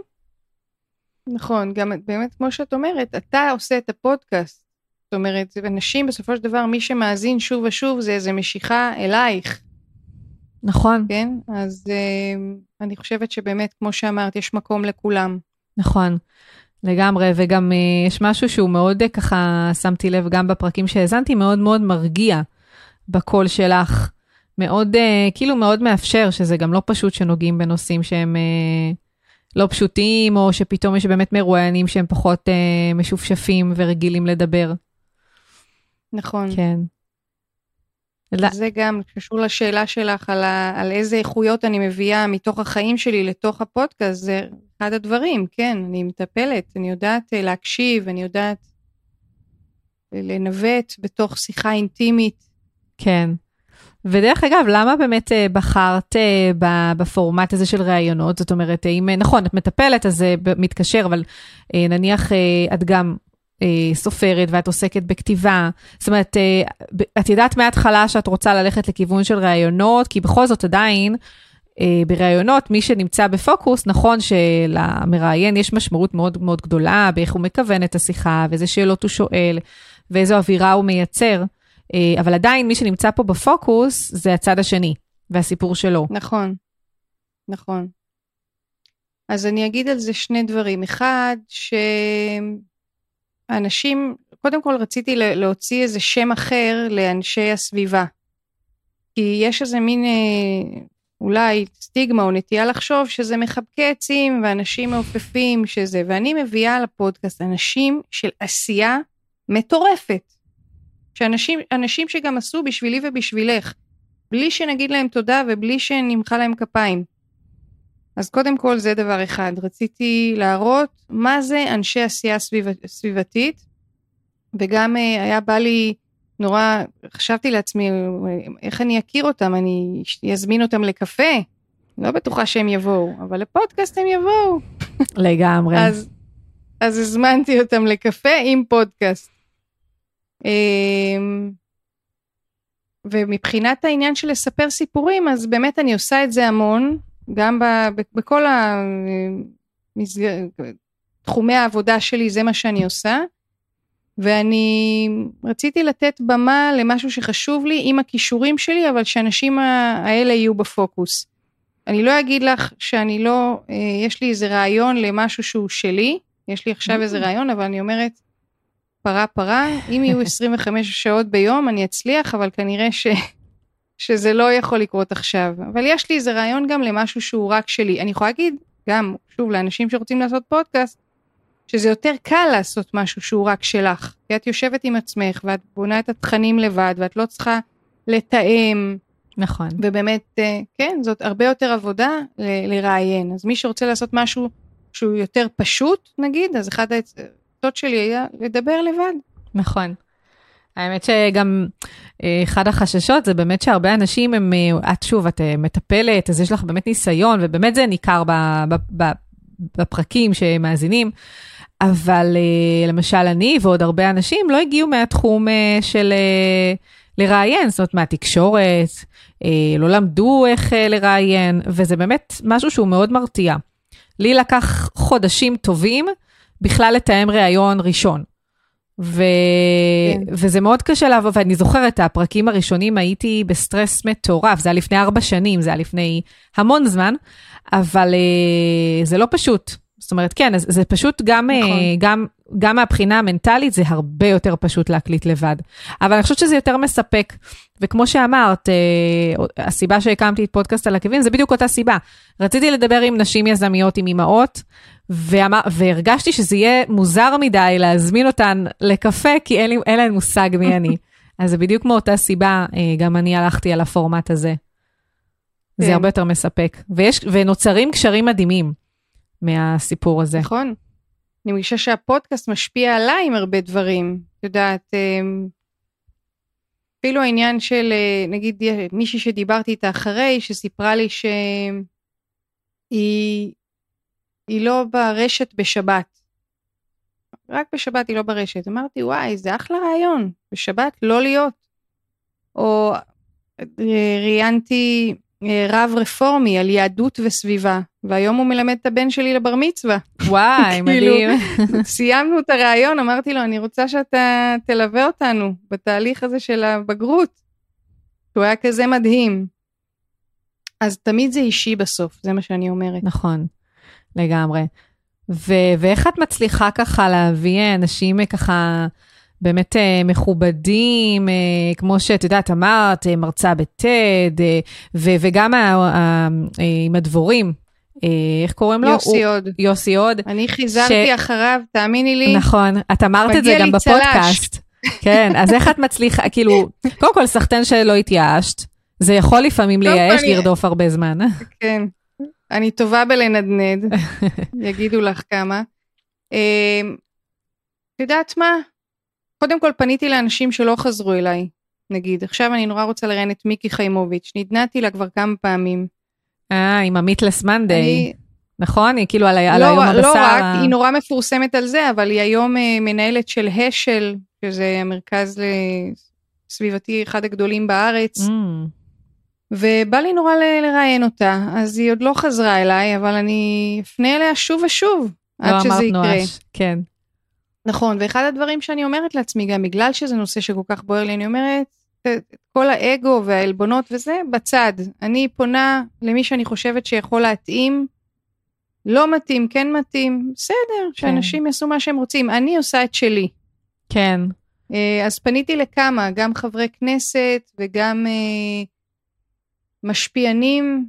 נכון, גם באמת כמו שאת אומרת, אתה עושה את הפודקאסט, זאת אומרת, אנשים בסופו של דבר, מי שמאזין שוב ושוב, זה איזו משיכה אלייך. נכון. כן, אז אני חושבת שבאמת, כמו שאמרת, יש מקום לכולם. נכון, לגמרי, וגם יש משהו שהוא מאוד ככה, שמתי לב גם בפרקים שהאזנתי, מאוד מאוד מרגיע בקול שלך, מאוד, כאילו מאוד מאפשר, שזה גם לא פשוט שנוגעים בנושאים שהם לא פשוטים, או שפתאום יש באמת מרואיינים שהם פחות אה, משופשפים ורגילים לדבר. נכון. כן. זה גם קשור לשאלה שלך על, ה, על איזה איכויות אני מביאה מתוך החיים שלי לתוך הפודקאסט, זה אחד הדברים, כן, אני מטפלת, אני יודעת להקשיב, אני יודעת לנווט בתוך שיחה אינטימית. כן. ודרך אגב, למה באמת בחרת בפורמט הזה של ראיונות? זאת אומרת, אם, נכון, את מטפלת, אז זה מתקשר, אבל נניח את גם סופרת ואת עוסקת בכתיבה, זאת אומרת, את יודעת מההתחלה שאת רוצה ללכת לכיוון של ראיונות, כי בכל זאת עדיין, בראיונות, מי שנמצא בפוקוס, נכון שלמראיין יש משמעות מאוד מאוד גדולה, באיך הוא מכוון את השיחה, ואיזה שאלות הוא שואל, ואיזו אווירה הוא מייצר, אבל עדיין מי שנמצא פה בפוקוס, זה הצד השני, והסיפור שלו. נכון, נכון. אז אני אגיד על זה שני דברים. אחד, שאנשים, קודם כל רציתי להוציא איזה שם אחר לאנשי הסביבה. כי יש איזה מין, אולי סטיגמה או נטייה לחשוב שזה מחבקי עצים, ואנשים מעופפים שזה, ואני מביאה לפודקאסט אנשים של עשייה מטורפת. שאנשים, אנשים שגם עשו בשבילי ובשבילך, בלי שנגיד להם תודה ובלי שנמחה להם כפיים. אז קודם כל זה דבר אחד, רציתי להראות מה זה אנשי עשייה סביב, סביבתית, וגם היה בא לי נורא, חשבתי לעצמי, איך אני אכיר אותם, אני אזמין אותם לקפה, לא בטוחה שהם יבואו, אבל לפודקאסט הם יבואו. לגמרי. אז, אז הזמנתי אותם לקפה עם פודקאסט. ומבחינת העניין של לספר סיפורים, אז באמת אני עושה את זה המון, גם בכל תחומי העבודה שלי, זה מה שאני עושה, ואני רציתי לתת במה למשהו שחשוב לי עם הכישורים שלי, אבל שאנשים האלה יהיו בפוקוס. אני לא אגיד לך שאני לא, יש לי איזה רעיון למשהו שהוא שלי, יש לי עכשיו איזה רעיון, אבל אני אומרת, פרה פרה, אם יהיו עשרים וחמש שעות ביום אני אצליח, אבל כנראה ש... שזה לא יכול לקרות עכשיו. אבל יש לי איזה רעיון גם למשהו שהוא רק שלי. אני יכולה להגיד, גם, שוב, לאנשים שרוצים לעשות פודקאסט, שזה יותר קל לעשות משהו שהוא רק שלך. כי את יושבת עם עצמך, ואת בונה את התכנים לבד, ואת לא צריכה לתאם. נכון. ובאמת, כן, זאת הרבה יותר עבודה ל- לראיין. אז מי שרוצה לעשות משהו שהוא יותר פשוט, נגיד, אז אחד העצות שלי היה לדבר לבד. נכון. האמת שגם אחד החששות זה באמת שהרבה אנשים הם, את שוב, את מטפלת, אז יש לך באמת ניסיון, ובאמת זה ניכר בפרקים שמאזינים, אבל למשל אני ועוד הרבה אנשים לא הגיעו מהתחום של לראיין, זאת אומרת מהתקשורת, לא למדו איך לראיין, וזה באמת משהו שהוא מאוד מרתיע. לי לקח חודשים טובים בכלל לתאם ראיון ראשון. ו... כן. וזה מאוד קשה לעבור, ואני זוכרת, הפרקים הראשונים הייתי בסטרס מטורף, זה היה לפני ארבע שנים, זה היה לפני המון זמן, אבל זה לא פשוט. זאת אומרת, כן, זה פשוט גם, נכון. גם, גם מהבחינה המנטלית, זה הרבה יותר פשוט להקליט לבד. אבל אני חושבת שזה יותר מספק, וכמו שאמרת, הסיבה שהקמתי את פודקאסט על עקבים, זה בדיוק אותה סיבה. רציתי לדבר עם נשים יזמיות, עם אמהות, ואמר, והרגשתי שזה יהיה מוזר מדי להזמין אותן לקפה, כי אין, לי, אין להן מושג מי אני. אז זה בדיוק מאותה סיבה, גם אני הלכתי על הפורמט הזה. זה הרבה יותר מספק. ויש, ונוצרים קשרים מדהימים מהסיפור הזה. נכון. אני מרגישה שהפודקאסט משפיע עליי עם הרבה דברים. את יודעת, אפילו העניין של, נגיד, מישהי שדיברתי איתה אחרי, שסיפרה לי שהיא היא לא ברשת בשבת. רק בשבת היא לא ברשת. אמרתי, וואי, זה אחלה רעיון. בשבת לא להיות. או ראיינתי רב רפורמי על יהדות וסביבה, והיום הוא מלמד את הבן שלי לבר מצווה. וואי, מדהים. סיימנו את הרעיון, אמרתי לו, אני רוצה שאתה תלווה אותנו בתהליך הזה של הבגרות. הוא היה כזה מדהים. אז תמיד זה אישי בסוף, זה מה שאני אומרת. נכון, לגמרי. ו- ואיך את מצליחה ככה להביא אנשים ככה באמת מכובדים, כמו שאת יודעת, אמרת, מרצה בטד, ו- וגם ה- ה- עם הדבורים, איך קוראים לו? יוסי עוד. יוסי עוד. אני חיזרתי אחריו, תאמיני לי. נכון, את אמרת את זה גם בפודקאסט. כן, אז איך את מצליחה, כאילו, קודם כל סחטן שלא התייאשת, זה יכול לפעמים לייאש, לרדוף הרבה זמן. כן, אני טובה בלנדנד, יגידו לך כמה. את יודעת מה? קודם כל פניתי לאנשים שלא חזרו אליי, נגיד. עכשיו אני נורא רוצה לראיין את מיקי חיימוביץ', נדנתי לה כבר כמה פעמים. אה, עם המיטלס מנדי. נכון? היא כאילו על היום הבשר. לא רק, היא נורא מפורסמת על זה, אבל היא היום מנהלת של השל, שזה המרכז לסביבתי אחד הגדולים בארץ. ובא לי נורא לראיין אותה, אז היא עוד לא חזרה אליי, אבל אני אפנה אליה שוב ושוב, עד שזה יקרה. כן. נכון, ואחד הדברים שאני אומרת לעצמי, גם בגלל שזה נושא שכל כך בוער לי, אני אומרת, כל האגו והעלבונות וזה, בצד. אני פונה למי שאני חושבת שיכול להתאים, לא מתאים, כן מתאים, בסדר, שאנשים יעשו מה שהם רוצים. אני עושה את שלי. כן. אז פניתי לכמה, גם חברי כנסת וגם משפיענים.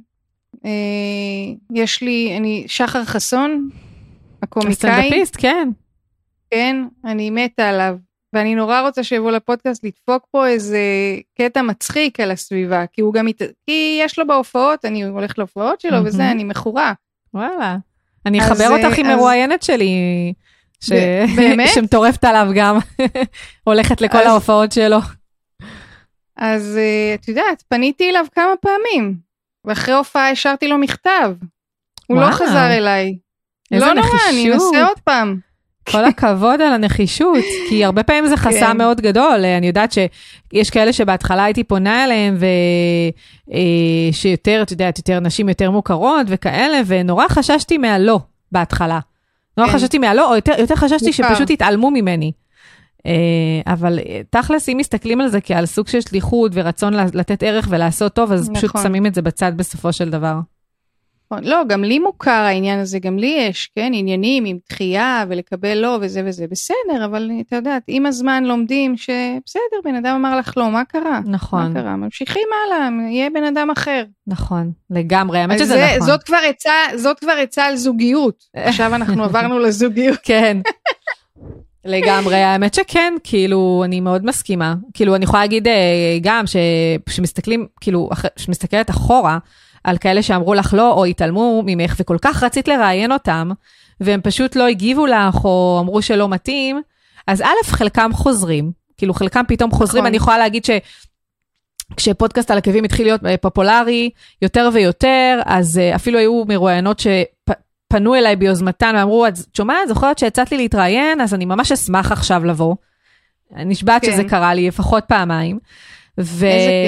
יש לי, אני, שחר חסון, הקומיקאי. הסטנדאפיסט, כן. כן, אני מתה עליו. ואני נורא רוצה שיבוא לפודקאסט לדפוק פה איזה קטע מצחיק על הסביבה, כי הוא גם, כי יש לו בהופעות, אני הולך להופעות שלו וזה, אני מכורה. וואלה. אני אחבר אותך עם מרואיינת שלי, שמטורפת עליו גם, הולכת לכל ההופעות שלו. אז את יודעת, פניתי אליו כמה פעמים, ואחרי הופעה השארתי לו מכתב. הוא לא חזר אליי. לא נורא, אני אנסה עוד פעם. כל הכבוד על הנחישות, כי הרבה פעמים זה חסם מאוד גדול. אני יודעת שיש כאלה שבהתחלה הייתי פונה אליהם, ושיותר, את יודעת, יותר נשים יותר מוכרות וכאלה, ונורא חששתי מהלא בהתחלה. נורא חששתי מהלא, או יותר חששתי שפשוט התעלמו ממני. אבל תכלס, אם מסתכלים על זה כעל סוג של שליחות ורצון לתת ערך ולעשות טוב, אז פשוט שמים את זה בצד בסופו של דבר. לא, גם לי מוכר העניין הזה, גם לי יש, כן, עניינים עם דחייה ולקבל לא וזה וזה, בסדר, אבל אתה יודעת, עם הזמן לומדים שבסדר, בן אדם אמר לך לא, מה קרה? נכון. מה קרה? ממשיכים הלאה, יהיה בן אדם אחר. נכון, לגמרי, האמת שזה נכון. זאת כבר עצה, זאת כבר עצה על זוגיות, עכשיו אנחנו עברנו לזוגיות. כן. לגמרי, האמת שכן, כאילו, אני מאוד מסכימה, כאילו, אני יכולה להגיד גם שמסתכלים, כאילו, שמסתכלת אחורה, על כאלה שאמרו לך לא, או התעלמו ממך, וכל כך רצית לראיין אותם, והם פשוט לא הגיבו לך, או אמרו שלא מתאים, אז א', חלקם חוזרים, כאילו חלקם פתאום חוזרים, אני יכולה להגיד ש... כשפודקאסט על עקבים התחיל להיות פופולרי, יותר ויותר, אז אפילו היו מרואיינות שפנו אליי ביוזמתן, ואמרו, את שומעת, זוכרת שהצעת לי להתראיין, אז אני ממש אשמח עכשיו לבוא. נשבעת שזה קרה לי לפחות פעמיים. ו...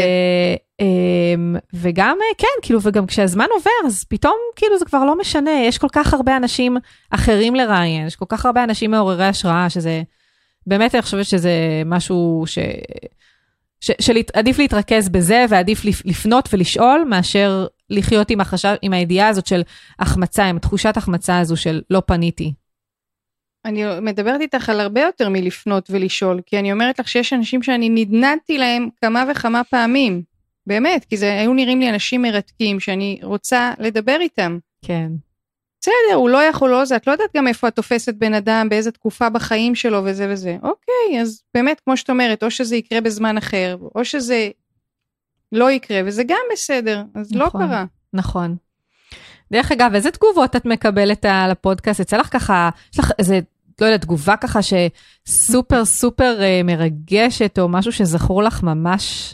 וגם, כן, כאילו, וגם כשהזמן עובר, אז פתאום, כאילו, זה כבר לא משנה, יש כל כך הרבה אנשים אחרים לראיין, יש כל כך הרבה אנשים מעוררי השראה, שזה, באמת אני חושבת שזה משהו ש... ש... שעדיף להתרכז בזה, ועדיף לפנות ולשאול, מאשר לחיות עם, החשב... עם הידיעה הזאת של החמצה, עם תחושת החמצה הזו של לא פניתי. אני מדברת איתך על הרבה יותר מלפנות ולשאול, כי אני אומרת לך שיש אנשים שאני נדנדתי להם כמה וכמה פעמים, באמת, כי זה היו נראים לי אנשים מרתקים, שאני רוצה לדבר איתם. כן. בסדר, הוא לא יכול, לא זה, את לא יודעת גם איפה את תופסת בן אדם, באיזה תקופה בחיים שלו וזה וזה. אוקיי, אז באמת, כמו שאת אומרת, או שזה יקרה בזמן אחר, או שזה לא יקרה, וזה גם בסדר, אז נכון, לא קרה. נכון. דרך אגב, איזה תגובות את מקבלת על הפודקאסט? יצא לך ככה, יש לך איזה, לא יודעת, תגובה ככה שסופר סופר מרגשת, או משהו שזכור לך ממש?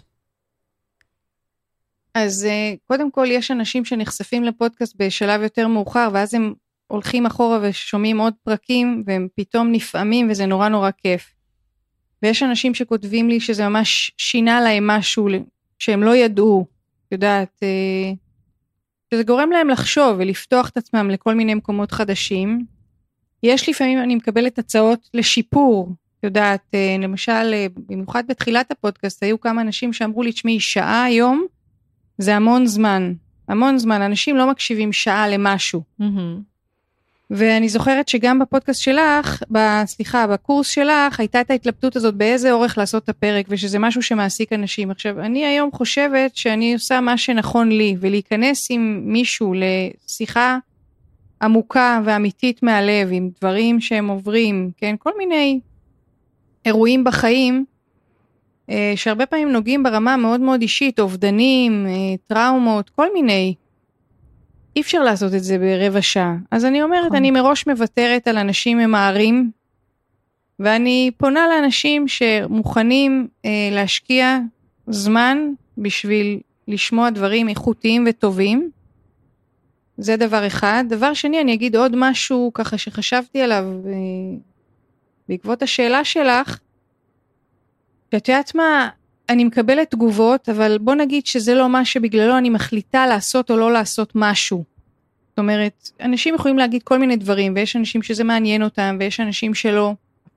אז קודם כל, יש אנשים שנחשפים לפודקאסט בשלב יותר מאוחר, ואז הם הולכים אחורה ושומעים עוד פרקים, והם פתאום נפעמים, וזה נורא נורא כיף. ויש אנשים שכותבים לי שזה ממש שינה להם משהו, שהם לא ידעו, יודעת, שזה גורם להם לחשוב ולפתוח את עצמם לכל מיני מקומות חדשים. יש לפעמים, אני מקבלת הצעות לשיפור, יודעת, למשל, במיוחד בתחילת הפודקאסט, היו כמה אנשים שאמרו לי, תשמעי, שעה היום, זה המון זמן, המון זמן, אנשים לא מקשיבים שעה למשהו. Mm-hmm. ואני זוכרת שגם בפודקאסט שלך, סליחה, בקורס שלך, הייתה את ההתלבטות הזאת באיזה אורך לעשות את הפרק, ושזה משהו שמעסיק אנשים. עכשיו, אני היום חושבת שאני עושה מה שנכון לי, ולהיכנס עם מישהו לשיחה עמוקה ואמיתית מהלב, עם דברים שהם עוברים, כן, כל מיני אירועים בחיים, שהרבה פעמים נוגעים ברמה מאוד מאוד אישית, אובדנים, טראומות, כל מיני. אי אפשר לעשות את זה ברבע שעה. אז אני אומרת, אני מראש מוותרת על אנשים ממהרים, ואני פונה לאנשים שמוכנים אה, להשקיע זמן בשביל לשמוע דברים איכותיים וטובים. זה דבר אחד. דבר שני, אני אגיד עוד משהו ככה שחשבתי עליו אה, בעקבות השאלה שלך, שאת יודעת מה, אני מקבלת תגובות, אבל בוא נגיד שזה לא מה שבגללו אני מחליטה לעשות או לא לעשות משהו. זאת אומרת, אנשים יכולים להגיד כל מיני דברים, ויש אנשים שזה מעניין אותם, ויש אנשים שלא.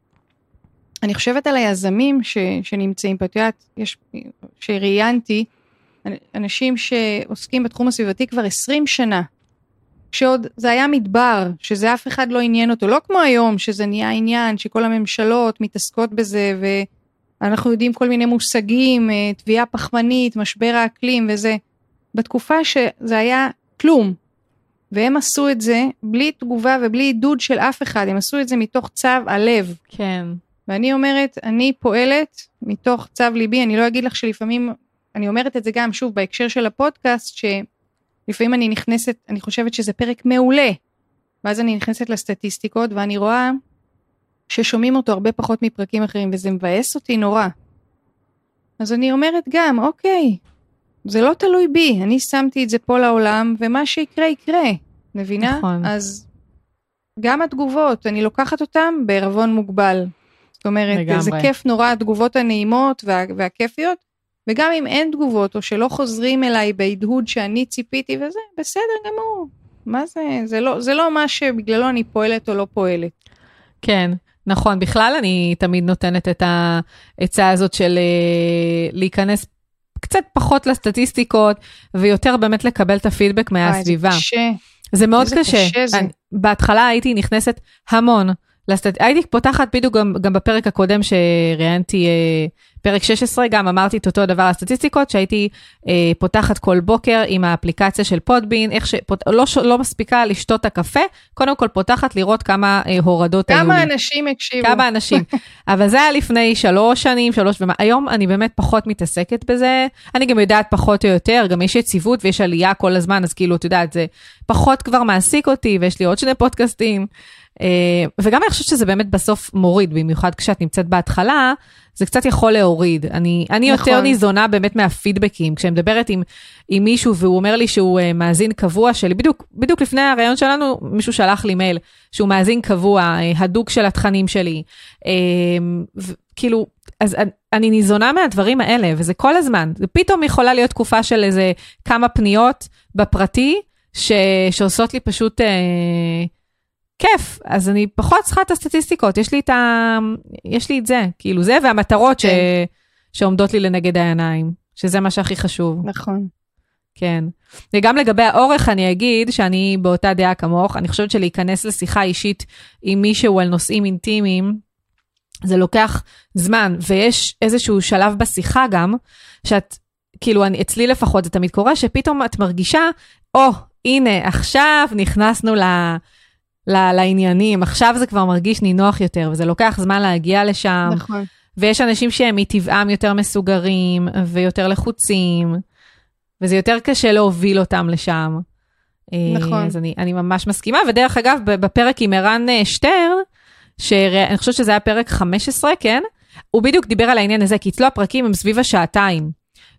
אני חושבת על היזמים ש, שנמצאים פה, את יודעת, יש, שראיינתי, אנשים שעוסקים בתחום הסביבתי כבר עשרים שנה, כשעוד זה היה מדבר, שזה אף אחד לא עניין אותו, לא כמו היום, שזה נהיה עניין, שכל הממשלות מתעסקות בזה, ואנחנו יודעים כל מיני מושגים, תביעה פחמנית, משבר האקלים וזה, בתקופה שזה היה כלום, והם עשו את זה בלי תגובה ובלי עידוד של אף אחד, הם עשו את זה מתוך צו הלב. כן. ואני אומרת, אני פועלת מתוך צו ליבי, אני לא אגיד לך שלפעמים, אני אומרת את זה גם שוב בהקשר של הפודקאסט, שלפעמים אני נכנסת, אני חושבת שזה פרק מעולה, ואז אני נכנסת לסטטיסטיקות, ואני רואה ששומעים אותו הרבה פחות מפרקים אחרים, וזה מבאס אותי נורא. אז אני אומרת גם, אוקיי, זה לא תלוי בי, אני שמתי את זה פה לעולם, ומה שיקרה יקרה, מבינה? נכון. אז גם התגובות, אני לוקחת אותם בערבון מוגבל. זאת אומרת, לגמרי. זה כיף נורא, התגובות הנעימות וה, והכיפיות, וגם אם אין תגובות, או שלא חוזרים אליי בהדהוד שאני ציפיתי וזה, בסדר גמור. מה זה? זה לא, זה לא מה שבגללו אני פועלת או לא פועלת. כן, נכון. בכלל אני תמיד נותנת את העצה הזאת של להיכנס קצת פחות לסטטיסטיקות, ויותר באמת לקבל את הפידבק מהסביבה. זה קשה. זה מאוד קשה. קשה זה. אני, בהתחלה הייתי נכנסת המון, לסטט... הייתי פותחת בדיוק גם, גם בפרק הקודם שראיינתי, אה, פרק שש עשרה, גם אמרתי את אותו דבר לסטטיסטיקות, שהייתי אה, פותחת כל בוקר עם האפליקציה של פודבין, איך שפות... לא, לא מספיקה לשתות את הקפה, קודם כל פותחת לראות כמה אה, הורדות היו לי. כמה אנשים הקשיבו. כמה אנשים. אבל זה היה לפני שלוש שנים, שלוש ומה, היום אני באמת פחות מתעסקת בזה, אני גם יודעת פחות או יותר, גם יש יציבות ויש עלייה כל הזמן, אז כאילו, את יודעת, זה פחות כבר מעסיק אותי, ויש לי עוד שני פודקאסטים, וגם אני חושבת שזה באמת בסוף מוריד, במיוחד כשאת נמצאת בהתחלה, זה קצת יכול להוריד. אני, אני נכון. יותר ניזונה באמת מהפידבקים, כשאני מדברת עם, עם מישהו, והוא אומר לי שהוא uh, מאזין קבוע שלי, בדיוק, בדיוק לפני הרעיון שלנו, מישהו שלח לי מייל, שהוא מאזין קבוע, uh, הדוק של התכנים שלי, uh, כאילו, אז אני ניזונה מהדברים האלה, וזה כל הזמן, זה פתאום יכולה להיות תקופה של איזה כמה פניות בפרטי, ש, שעושות לי פשוט... Uh, כיף, אז אני פחות צריכה את הסטטיסטיקות, יש לי את, ה... יש לי את זה, כאילו זה, והמטרות ש... שעומדות לי לנגד העיניים, שזה מה שהכי חשוב. נכון. כן. וגם לגבי האורך, אני אגיד שאני באותה דעה כמוך, אני חושבת שלהיכנס לשיחה אישית עם מישהו על נושאים אינטימיים, זה לוקח זמן, ויש איזשהו שלב בשיחה גם, שאת, כאילו, אני, אצלי לפחות, זה תמיד קורה, שפתאום את מרגישה, או, הנה, עכשיו נכנסנו ל... לעניינים, עכשיו זה כבר מרגיש נינוח יותר, וזה לוקח זמן להגיע לשם, נכון. ויש אנשים שהם מטבעם יותר מסוגרים, ויותר לחוצים, וזה יותר קשה להוביל אותם לשם. נכון. אז אני, אני ממש מסכימה, ודרך אגב, בפרק עם ערן שטר, שאני חושבת שזה היה פרק חמש עשרה, כן? הוא בדיוק דיבר על העניין הזה, כי אצלו הפרקים הם סביב השעתיים,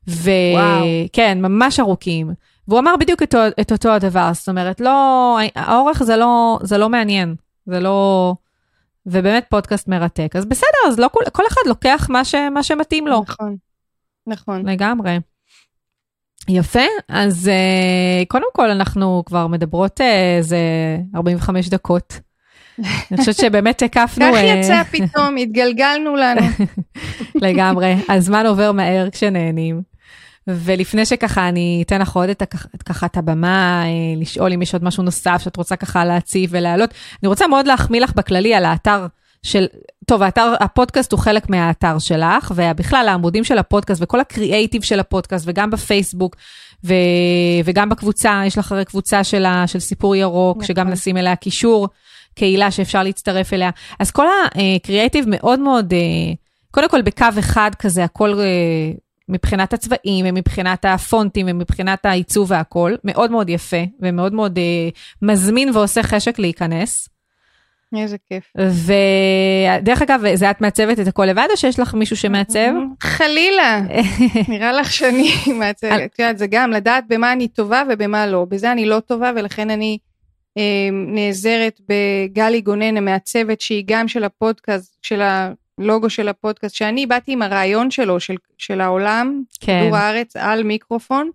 וכן, ממש ארוכים, והוא אמר בדיוק את, את אותו הדבר, זאת אומרת, לא, האורך זה לא, זה לא מעניין, זה לא, ובאמת פודקאסט מרתק, אז בסדר, אז לא, כל, כל אחד לוקח מה, ש, מה שמתאים לו. נכון, נכון. לגמרי. יפה, אז קודם כל אנחנו כבר מדברות איזה ארבעים וחמש דקות, אני חושבת שבאמת הקפנו... כך יצא פתאום, התגלגלנו לנו. לגמרי, הזמן עובר מהר כשנהנים. ולפני שככה אני אתן לך עוד את, את, ככה את הבמה, לשאול אם יש עוד משהו נוסף שאת רוצה ככה להציף ולהעלות. אני רוצה מאוד להחמיא לך בכללי על האתר של, טוב, האתר, הפודקאסט הוא חלק מהאתר שלך, ובכלל העמודים של הפודקאסט, וכל הקריאייטיב של הפודקאסט, וגם בפייסבוק, ו, וגם בקבוצה, יש לך הרי קבוצה שלה, של סיפור ירוק, נכון. שגם נשים אליה קישור, קהילה שאפשר להצטרף אליה. אז כל הקריאייטיב מאוד מאוד, קודם כל בקו אחד כזה, הכל מבחינת הצבעים, ומבחינת הפונטים, ומבחינת העיצוב והכל, מאוד מאוד יפה, ומאוד מאוד מזמין ועושה חשק להיכנס. איזה כיף. ודרך אגב, זה את מעצבת את הכל לבד, או שיש לך מישהו שמעצב? חלילה. נראה לך שאני מעצבת. זה גם לדעת במה אני טובה ובמה לא. בזה אני לא טובה, ולכן אני נעזרת בגלי גונן, המעצבת שהיא גם של הפודקאסט, של הלוגו של הפודקאסט, שאני באתי עם הרעיון שלו, של, של העולם, כדור הארץ, על מיקרופון,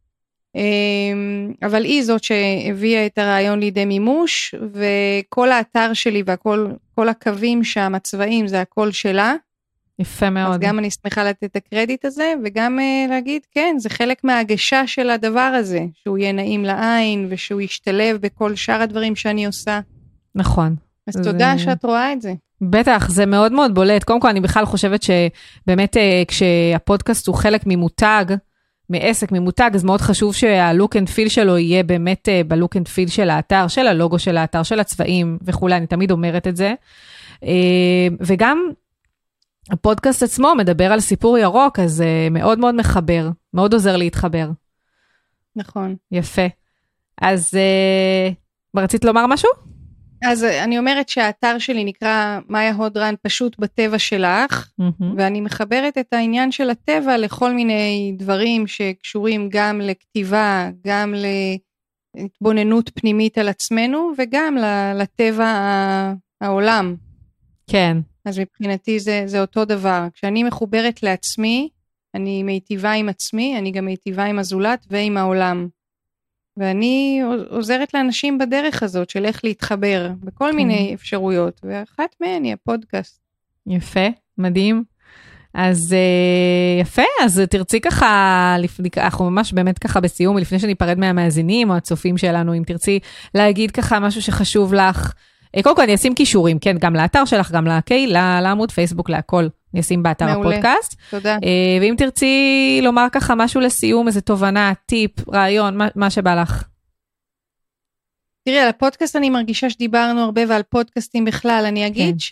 אבל היא זאת שהביאה את הרעיון לידי מימוש, וכל האתר שלי והכל, כל הקווים שם, הצבעים, זה הכל שלה. יפה מאוד. אז גם אני שמחה לתת את הקרדיט הזה, וגם uh, להגיד, כן, זה חלק מההגשה של הדבר הזה, שהוא יהיה נעים לעין, ושהוא ישתלב בכל שאר הדברים שאני עושה. נכון. אז זה... תודה שאת רואה את זה. בטח, זה מאוד מאוד בולט. קודם כל, אני בכלל חושבת שבאמת כשהפודקאסט הוא חלק ממותג, מעסק ממותג, אז מאוד חשוב שהלוק אנד פיל שלו יהיה באמת בלוק אנד פיל של האתר, של הלוגו של האתר, של הצבעים וכו', אני תמיד אומרת את זה. וגם הפודקאסט עצמו מדבר על סיפור ירוק, אז מאוד מאוד מחבר, מאוד עוזר להתחבר. נכון. יפה. אז רצית לומר משהו? אז אני אומרת שהאתר שלי נקרא מאיה הודרן פשוט בטבע שלך, mm-hmm. ואני מחברת את העניין של הטבע לכל מיני דברים שקשורים גם לכתיבה, גם להתבוננות פנימית על עצמנו, וגם לטבע העולם. כן. אז מבחינתי זה, זה אותו דבר. כשאני מחוברת לעצמי, אני מיטיבה עם עצמי, אני גם מיטיבה עם הזולת ועם העולם. ואני עוזרת לאנשים בדרך הזאת של איך להתחבר בכל כן. מיני אפשרויות, ואחת מהן היא הפודקאסט. יפה, מדהים. אז יפה, אז תרצי ככה, אנחנו ממש באמת ככה בסיום, לפני שניפרד מהמאזינים או הצופים שלנו, אם תרצי להגיד ככה משהו שחשוב לך, קודם כל אני אשים קישורים, כן, גם לאתר שלך, גם לקהילה, לעמוד פייסבוק, להכל, אני אשים באתר מעולה. הפודקאסט. תודה. ואם תרצי לומר ככה משהו לסיום, איזה תובנה, טיפ, רעיון, מה, מה שבא לך. תראי, על הפודקאסט אני מרגישה שדיברנו הרבה, ועל פודקאסטים בכלל, אני אגיד כן. ש...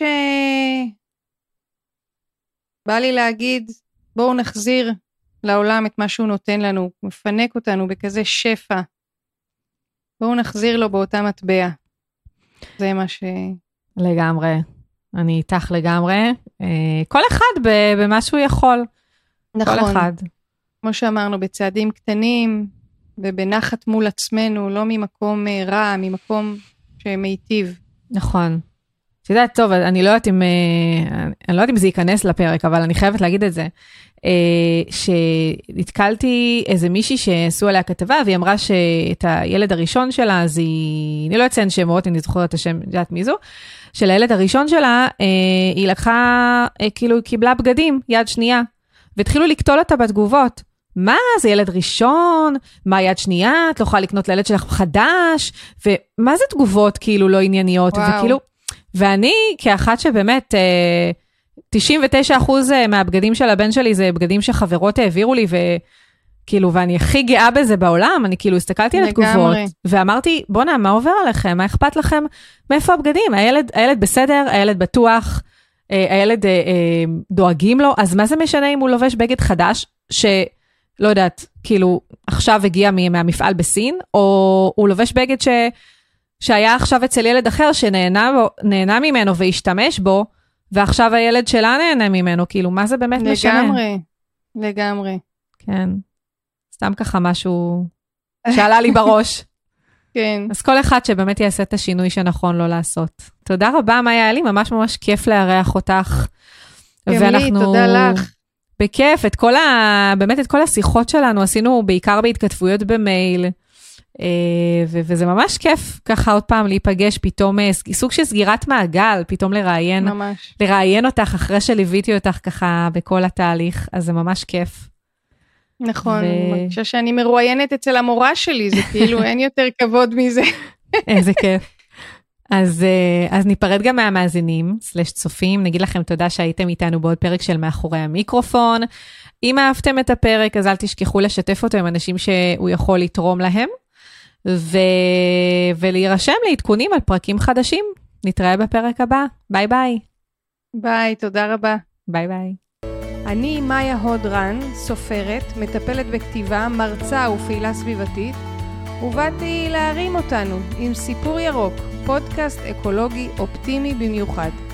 בא לי להגיד, בואו נחזיר לעולם את מה שהוא נותן לנו, מפנק אותנו בכזה שפע. בואו נחזיר לו באותה מטבע. זה מה ש... לגמרי. אני איתך לגמרי. כל אחד במה שהוא יכול. נכון. כל אחד. כמו שאמרנו, בצעדים קטנים, ובנחת מול עצמנו, לא ממקום רע, ממקום שמיטיב. נכון. שדעת, טוב, אני לא יודעת אם, אני לא יודעת אם זה ייכנס לפרק, אבל אני חייבת להגיד את זה, שנתקלתי איזה מישהי שעשו עליה כתבה, והיא אמרה שאת הילד הראשון שלה, אז היא, אני לא אציין שמות, אני זוכרת את השם, יודעת מי זו, של הילד הראשון שלה, היא לקחה, כאילו היא קיבלה בגדים, יד שנייה, והתחילו לקטול אותה בתגובות. מה, זה ילד ראשון? מה יד שנייה? את לא יכולה לקנות לילד שלך חדש? ומה זה תגובות כאילו לא ענייניות? וואו. וכאילו, ואני כאחת שבאמת, תשעים ותשעה אחוז מהבגדים של הבן שלי, זה בגדים שחברות העבירו לי, וכאילו, ואני הכי גאה בזה בעולם, אני כאילו הסתכלתי על התגובות, ואמרתי, בונה, מה עובר עליכם? מה אכפת לכם? מאיפה הבגדים? הילד, הילד בסדר, הילד בטוח, הילד דואגים לו, אז מה זה משנה אם הוא לובש בגד חדש, שלא יודעת, כאילו, עכשיו הגיע מהמפעל בסין, או הוא לובש בגד ש... שהיה עכשיו אצל ילד אחר שנהנה בו, נהנה ממנו והשתמש בו, ועכשיו הילד שלה נהנה ממנו, כאילו, מה זה באמת לגמרי, משנה? לגמרי, לגמרי. כן, סתם ככה משהו שעלה לי בראש. כן. אז כל אחד שבאמת יעשה את השינוי שנכון לו לעשות. תודה רבה, מאיה, היה לי ממש ממש כיף לארח אותך. גם ואנחנו... לי, תודה לך. בכיף, את כל ה... באמת את כל השיחות שלנו עשינו בעיקר בהתכתבויות במייל, וזה ממש כיף ככה עוד פעם להיפגש פתאום, סוג של סגירת מעגל, פתאום לראיין, ממש. לראיין אותך אחרי שליוויתי אותך ככה בכל התהליך, אז זה ממש כיף. נכון, אני חושב שאני מרואיינת אצל המורה שלי, זה כאילו אין יותר כבוד מזה. איזה כיף. אז, אז ניפרד גם מהמאזינים, סלש צופים, נגיד לכם תודה שהייתם איתנו בעוד פרק של מאחורי המיקרופון. אם אהבתם את הפרק, אז אל תשכחו לשתף אותו עם אנשים שהוא יכול לתרום להם, ו... ולהירשם לעדכונים על פרקים חדשים. נתראה בפרק הבא. ביי ביי. ביי, תודה רבה. ביי ביי. אני מאיה הודרן, סופרת, מטפלת בכתיבה, מרצה ופעילה סביבתית, ובאתי להרים אותנו עם סיפור ירוק, פודקאסט אקולוגי אופטימי במיוחד.